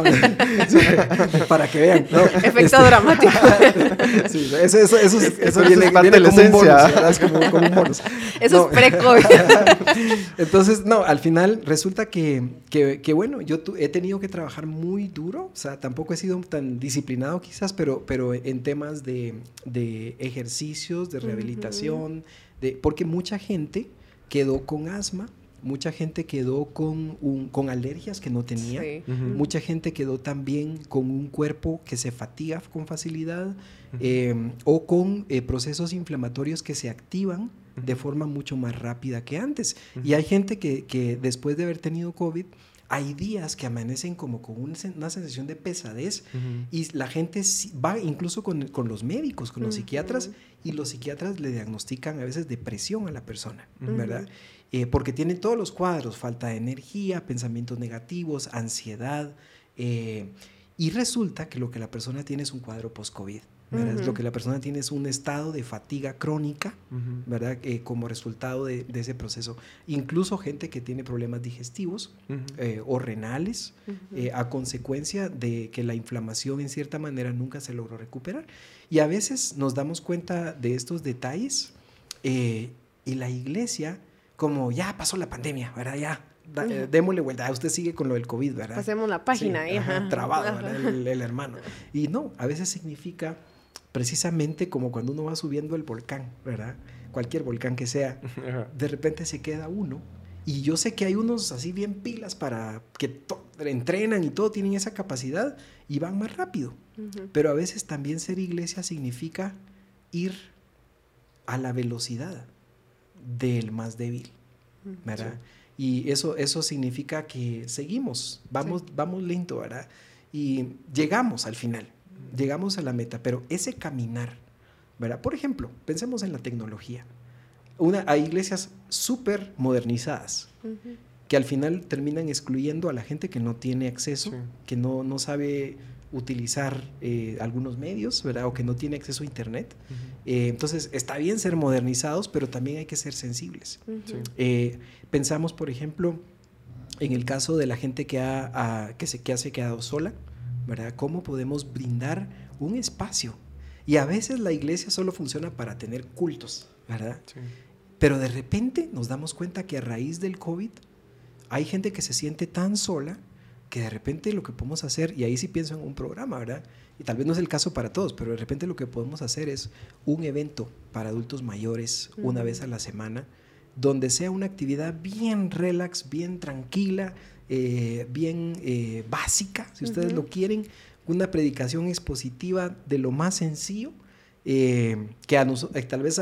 para que vean. ¿No? Efecto dramático. Sí, eso viene parte de la esencia. Es como un bonus. Eso es pre-COVID. Entonces, no, al final resulta que bueno, yo he tenido que trabajar muy duro, o sea, tampoco he sido tan disciplinado quizás, pero en temas de ejercicios, de rehabilitación, porque mucha gente quedó con asma, mucha gente quedó con alergias que no tenía. Sí. Mucha gente quedó también con un cuerpo que se fatiga con facilidad o con procesos inflamatorios que se activan de forma mucho más rápida que antes. Y hay gente que después de haber tenido COVID, hay días que amanecen como con una sensación de pesadez y la gente va incluso con los médicos, con los psiquiatras, y los psiquiatras le diagnostican a veces depresión a la persona, ¿verdad? Porque tienen todos los cuadros, falta de energía, pensamientos negativos, ansiedad, y resulta que lo que la persona tiene es un cuadro post-COVID, ¿verdad? Lo que la persona tiene es un estado de fatiga crónica, ¿verdad? Como resultado de ese proceso. Incluso gente que tiene problemas digestivos o renales a consecuencia de que la inflamación en cierta manera nunca se logró recuperar. Y a veces nos damos cuenta de estos detalles y la iglesia, como ya pasó la pandemia, ¿verdad? Ya. Démosle vuelta, usted sigue con lo del COVID, ¿verdad? Pasemos la página ahí. Sí, trabado, ¿verdad? El hermano. Y no, a veces significa precisamente como cuando uno va subiendo el volcán, ¿verdad? Cualquier volcán que sea, de repente se queda uno. Y yo sé que hay unos así bien pilas para que entrenan y todo, tienen esa capacidad y van más rápido. Pero a veces también ser iglesia significa ir a la velocidad del más débil, ¿verdad? Sí. Y eso significa que seguimos, vamos lento, ¿verdad? Y llegamos al final, llegamos a la meta, pero ese caminar, ¿verdad? Por ejemplo, pensemos en la tecnología. Hay iglesias súper modernizadas, que al final terminan excluyendo a la gente que no tiene acceso, que no sabe utilizar algunos medios, ¿verdad? O que no tiene acceso a internet. Entonces, está bien ser modernizados, pero también hay que ser sensibles. Pensamos, por ejemplo, en el caso de la gente que se ha quedado sola, ¿verdad? ¿Cómo podemos brindar un espacio? Y a veces la iglesia solo funciona para tener cultos, ¿verdad? Sí. Pero de repente nos damos cuenta que a raíz del COVID hay gente que se siente tan sola que de repente lo que podemos hacer, y ahí sí pienso en un programa, ¿verdad? Y tal vez no es el caso para todos, pero de repente lo que podemos hacer es un evento para adultos mayores una vez a la semana, donde sea una actividad bien relax, bien tranquila, bien básica, si ustedes lo quieren, una predicación expositiva de lo más sencillo, que tal vez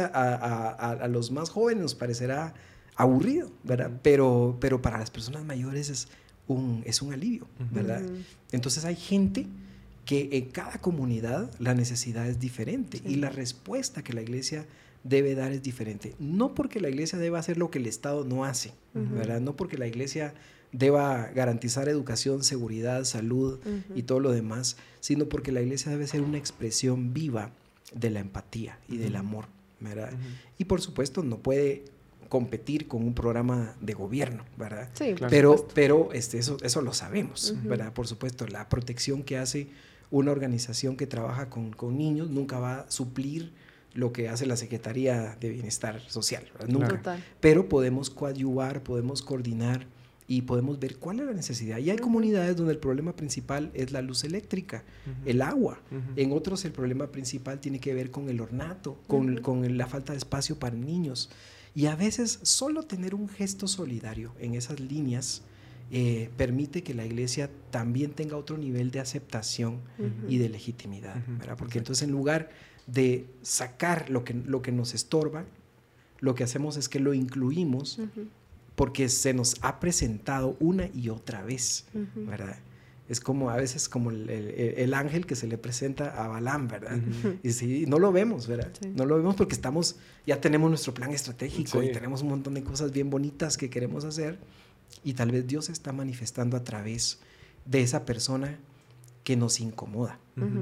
a los más jóvenes nos parecerá aburrido, ¿verdad? Pero para las personas mayores es un alivio, ¿verdad? Entonces hay gente que en cada comunidad la necesidad es diferente y la respuesta que la iglesia debe dar es diferente. No porque la iglesia deba hacer lo que el Estado no hace, ¿verdad? No porque la iglesia deba garantizar educación, seguridad, salud y todo lo demás, sino porque la iglesia debe ser una expresión viva de la empatía y del amor, ¿verdad? Y por supuesto no puede competir con un programa de gobierno, ¿verdad? Sí, claro. Pero eso lo sabemos, ¿verdad? Por supuesto, la protección que hace una organización que trabaja con niños nunca va a suplir lo que hace la Secretaría de Bienestar Social, ¿verdad? Nunca. Total. Pero podemos coadyuvar, podemos coordinar y podemos ver cuál es la necesidad. Y hay comunidades donde el problema principal es la luz eléctrica, el agua. En otros el problema principal tiene que ver con el ornato, con la falta de espacio para niños. Y a veces solo tener un gesto solidario en esas líneas permite que la iglesia también tenga otro nivel de aceptación y de legitimidad, ¿verdad? Porque entonces en lugar de sacar lo que nos estorba, lo que hacemos es que lo incluimos porque se nos ha presentado una y otra vez, ¿verdad? Es como a veces como el ángel que se le presenta a Balaam, ¿verdad? Y sí, no lo vemos, ¿verdad? Sí. No lo vemos porque ya tenemos nuestro plan estratégico y tenemos un montón de cosas bien bonitas que queremos hacer y tal vez Dios se está manifestando a través de esa persona que nos incomoda.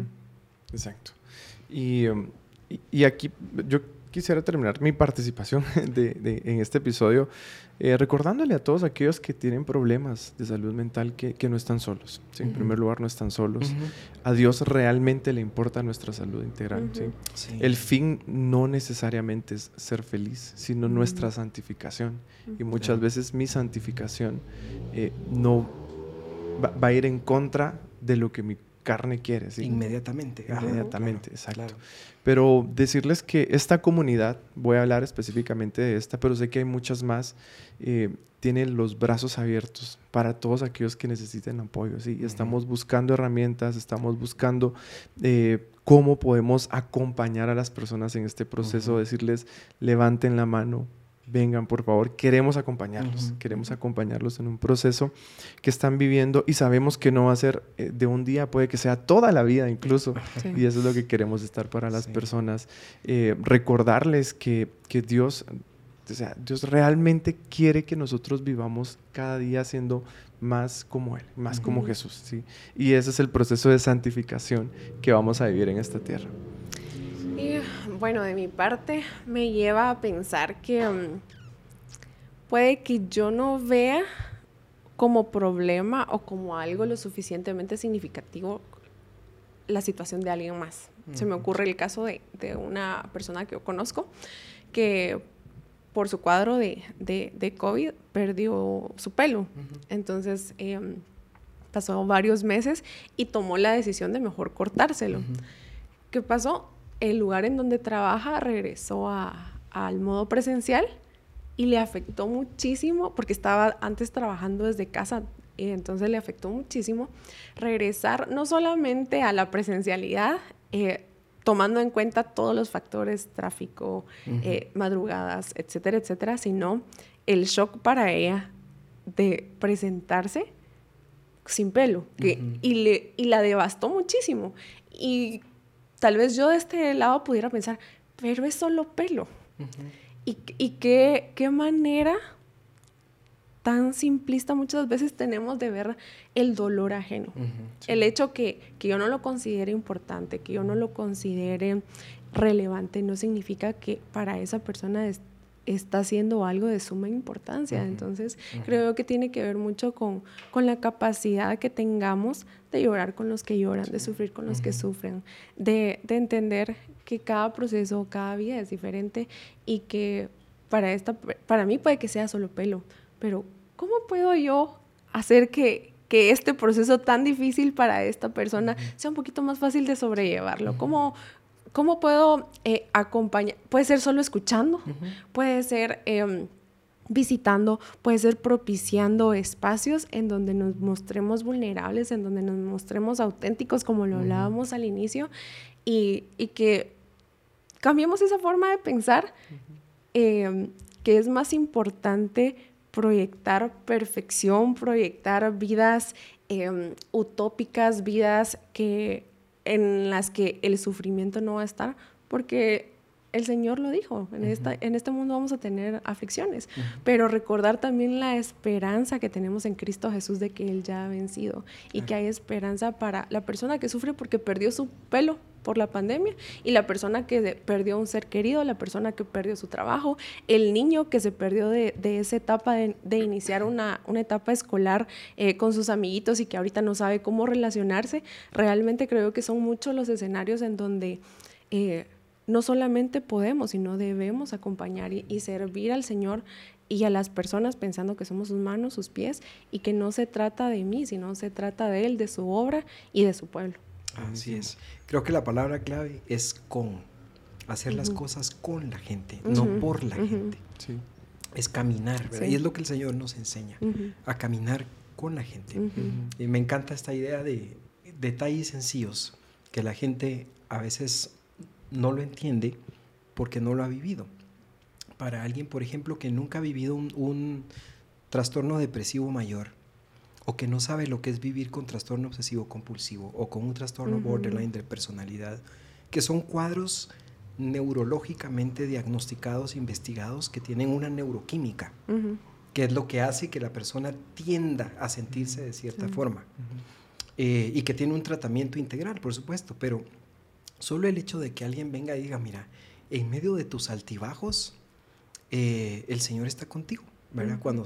Exacto. Y aquí yo quisiera terminar mi participación en este episodio recordándole a todos aquellos que tienen problemas de salud mental que no están solos, ¿sí? En primer lugar, no están solos. A Dios realmente le importa nuestra salud integral, ¿sí? Sí. El fin no necesariamente es ser feliz, sino nuestra santificación. Y muchas veces mi santificación no va a ir en contra de lo que mi carne quiere, ¿sí? Inmediatamente, exacto. Claro. Pero decirles que esta comunidad, voy a hablar específicamente de esta, pero sé que hay muchas más, tiene los brazos abiertos para todos aquellos que necesiten apoyo, ¿sí? Estamos buscando herramientas, estamos buscando cómo podemos acompañar a las personas en este proceso, decirles, levanten la mano, vengan, por favor, queremos acompañarlos en un proceso que están viviendo y sabemos que no va a ser de un día, puede que sea toda la vida incluso, y eso es lo que queremos estar para las personas. Recordarles que Dios, o sea, Dios realmente quiere que nosotros vivamos cada día siendo más como Él, más como Jesús, ¿sí? Y ese es el proceso de santificación que vamos a vivir en esta tierra. Y bueno, de mi parte me lleva a pensar que puede que yo no vea como problema o como algo lo suficientemente significativo la situación de alguien más. Se me ocurre el caso de una persona que yo conozco que por su cuadro de COVID perdió su pelo. Entonces pasó varios meses y tomó la decisión de mejor cortárselo. ¿Qué pasó? El lugar en donde trabaja regresó al modo presencial y le afectó muchísimo porque estaba antes trabajando desde casa, entonces le afectó muchísimo regresar no solamente a la presencialidad, tomando en cuenta todos los factores, tráfico, madrugadas, etcétera, etcétera, sino el shock para ella de presentarse sin pelo y la devastó muchísimo. Y tal vez yo de este lado pudiera pensar, pero es solo pelo. ¿Y qué manera tan simplista muchas veces tenemos de ver el dolor ajeno. Sí. El hecho que yo no lo considere importante, que yo no lo considere relevante, no significa que para esa persona está haciendo algo de suma importancia. Entonces, creo que tiene que ver mucho con la capacidad que tengamos de llorar con los que lloran, de sufrir con los que sufren, de entender que cada proceso, cada vida es diferente y que para mí puede que sea solo pelo, pero ¿cómo puedo yo hacer que este proceso tan difícil para esta persona sea un poquito más fácil de sobrellevarlo? ¿Cómo puedo acompañar? Puede ser solo escuchando, puede ser visitando, puede ser propiciando espacios en donde nos mostremos vulnerables, en donde nos mostremos auténticos, como lo hablábamos al inicio, y que cambiemos esa forma de pensar, que es más importante proyectar perfección, proyectar vidas utópicas, vidas en las que el sufrimiento no va a estar, porque el Señor lo dijo, en este mundo vamos a tener aflicciones, pero recordar también la esperanza que tenemos en Cristo Jesús de que Él ya ha vencido y que hay esperanza para la persona que sufre porque perdió su pelo por la pandemia y la persona que perdió un ser querido, la persona que perdió su trabajo, el niño que se perdió de esa etapa de iniciar una etapa escolar con sus amiguitos y que ahorita no sabe cómo relacionarse. Realmente creo que son muchos los escenarios en donde no solamente podemos, sino debemos acompañar y servir al Señor y a las personas pensando que somos sus manos, sus pies, y que no se trata de mí, sino se trata de Él, de su obra y de su pueblo. Así es. Creo que la palabra clave es hacer las cosas con la gente, no por la gente. Sí. Es caminar, ¿verdad? Sí. Y es lo que el Señor nos enseña, a caminar con la gente. Y me encanta esta idea de detalles sencillos que la gente a veces no lo entiende porque no lo ha vivido. Para alguien, por ejemplo, que nunca ha vivido un trastorno depresivo mayor, o que no sabe lo que es vivir con trastorno obsesivo compulsivo o con un trastorno borderline de personalidad, que son cuadros neurológicamente diagnosticados, investigados, que tienen una neuroquímica, que es lo que hace que la persona tienda a sentirse de cierta forma, y que tiene un tratamiento integral, por supuesto, pero solo el hecho de que alguien venga y diga, mira, en medio de tus altibajos, el Señor está contigo, ¿verdad? Cuando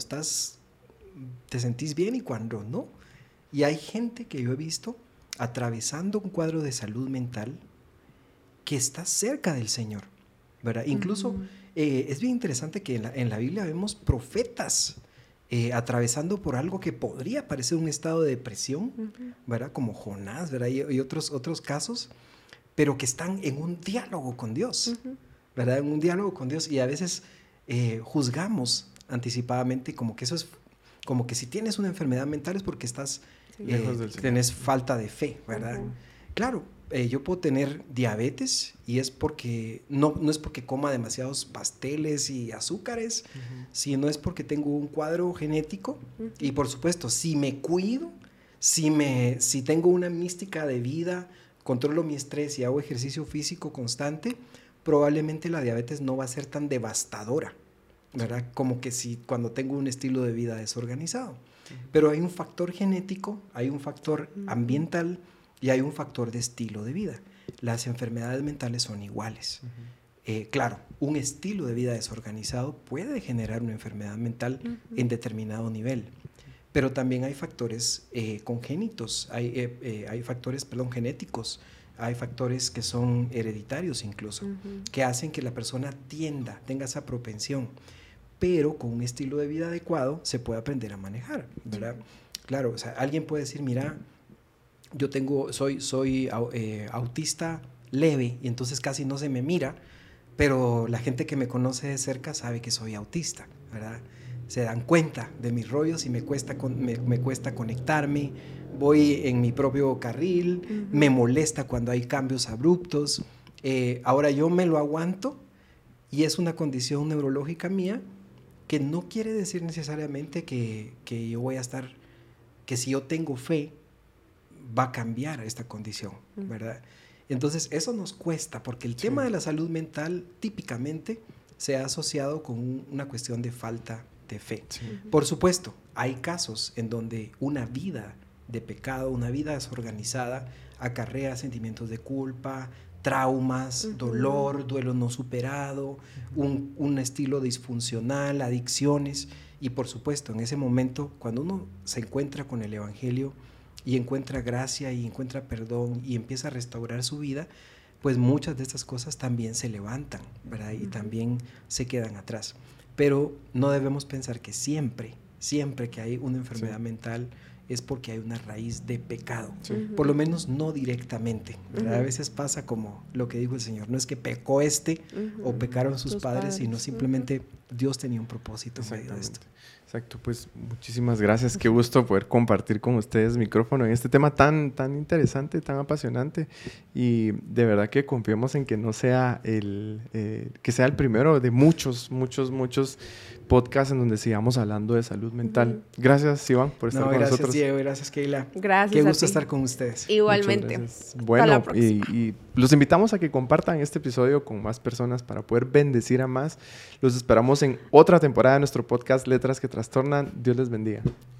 te sentís bien y cuando no. Y hay gente que yo he visto atravesando un cuadro de salud mental que está cerca del Señor, ¿verdad? Incluso es bien interesante que en la Biblia vemos profetas atravesando por algo que podría parecer un estado de depresión, ¿verdad? Como Jonás, ¿verdad? Y otros casos, pero que están en un diálogo con Dios, ¿verdad? En un diálogo con Dios, y a veces juzgamos anticipadamente como que eso es como que si tienes una enfermedad mental es porque tenés falta de fe, ¿verdad? Claro, yo puedo tener diabetes y es porque no es porque coma demasiados pasteles y azúcares, sino es porque tengo un cuadro genético y por supuesto, si me cuido, si tengo una mística de vida, controlo mi estrés y hago ejercicio físico constante, probablemente la diabetes no va a ser tan devastadora, ¿verdad? Como que cuando tengo un estilo de vida desorganizado. Pero hay un factor genético, hay un factor ambiental y hay un factor de estilo de vida. Las enfermedades mentales son iguales. Claro, un estilo de vida desorganizado puede generar una enfermedad mental en determinado nivel, pero también hay factores congénitos, hay factores, genéticos, hay factores que son hereditarios incluso, que hacen que la persona tenga esa propensión. Pero con un estilo de vida adecuado se puede aprender a manejar, ¿verdad? Claro, o sea, alguien puede decir, mira, yo soy autista leve y entonces casi no se me mira, pero la gente que me conoce de cerca sabe que soy autista, ¿verdad? Se dan cuenta de mis rollos y me cuesta conectarme, voy en mi propio carril, me molesta cuando hay cambios abruptos, ahora yo me lo aguanto y es una condición neurológica mía que no quiere decir necesariamente que yo voy a estar, que si yo tengo fe, va a cambiar esta condición, ¿verdad? Entonces, eso nos cuesta, porque el tema de la salud mental típicamente se ha asociado con una cuestión de falta de fe. Sí. Por supuesto, hay casos en donde una vida de pecado, una vida desorganizada, acarrea sentimientos de culpa, traumas, dolor, duelo no superado, un estilo disfuncional, adicciones. Y por supuesto, en ese momento, cuando uno se encuentra con el Evangelio y encuentra gracia y encuentra perdón y empieza a restaurar su vida, pues muchas de estas cosas también se levantan, ¿verdad? Y también se quedan atrás. Pero no debemos pensar que siempre que hay una enfermedad mental es porque hay una raíz de pecado, por lo menos no directamente, ¿verdad? A veces pasa como lo que dijo el Señor, no es que pecó o pecaron sus padres, sino simplemente Dios tenía un propósito en medio de esto. Exacto, pues muchísimas gracias, qué gusto poder compartir con ustedes micrófono en este tema tan interesante, tan apasionante, y de verdad que confiemos en que no sea que sea el primero de muchos podcasts en donde sigamos hablando de salud mental. Gracias, Iván, por estar con nosotros. Gracias, Diego, gracias, Keila. Gracias. Qué gusto estar con ustedes. Igualmente. Bueno, y los invitamos a que compartan este episodio con más personas para poder bendecir a más. Los esperamos en otra temporada de nuestro podcast Letras que Trastornan. Dios les bendiga.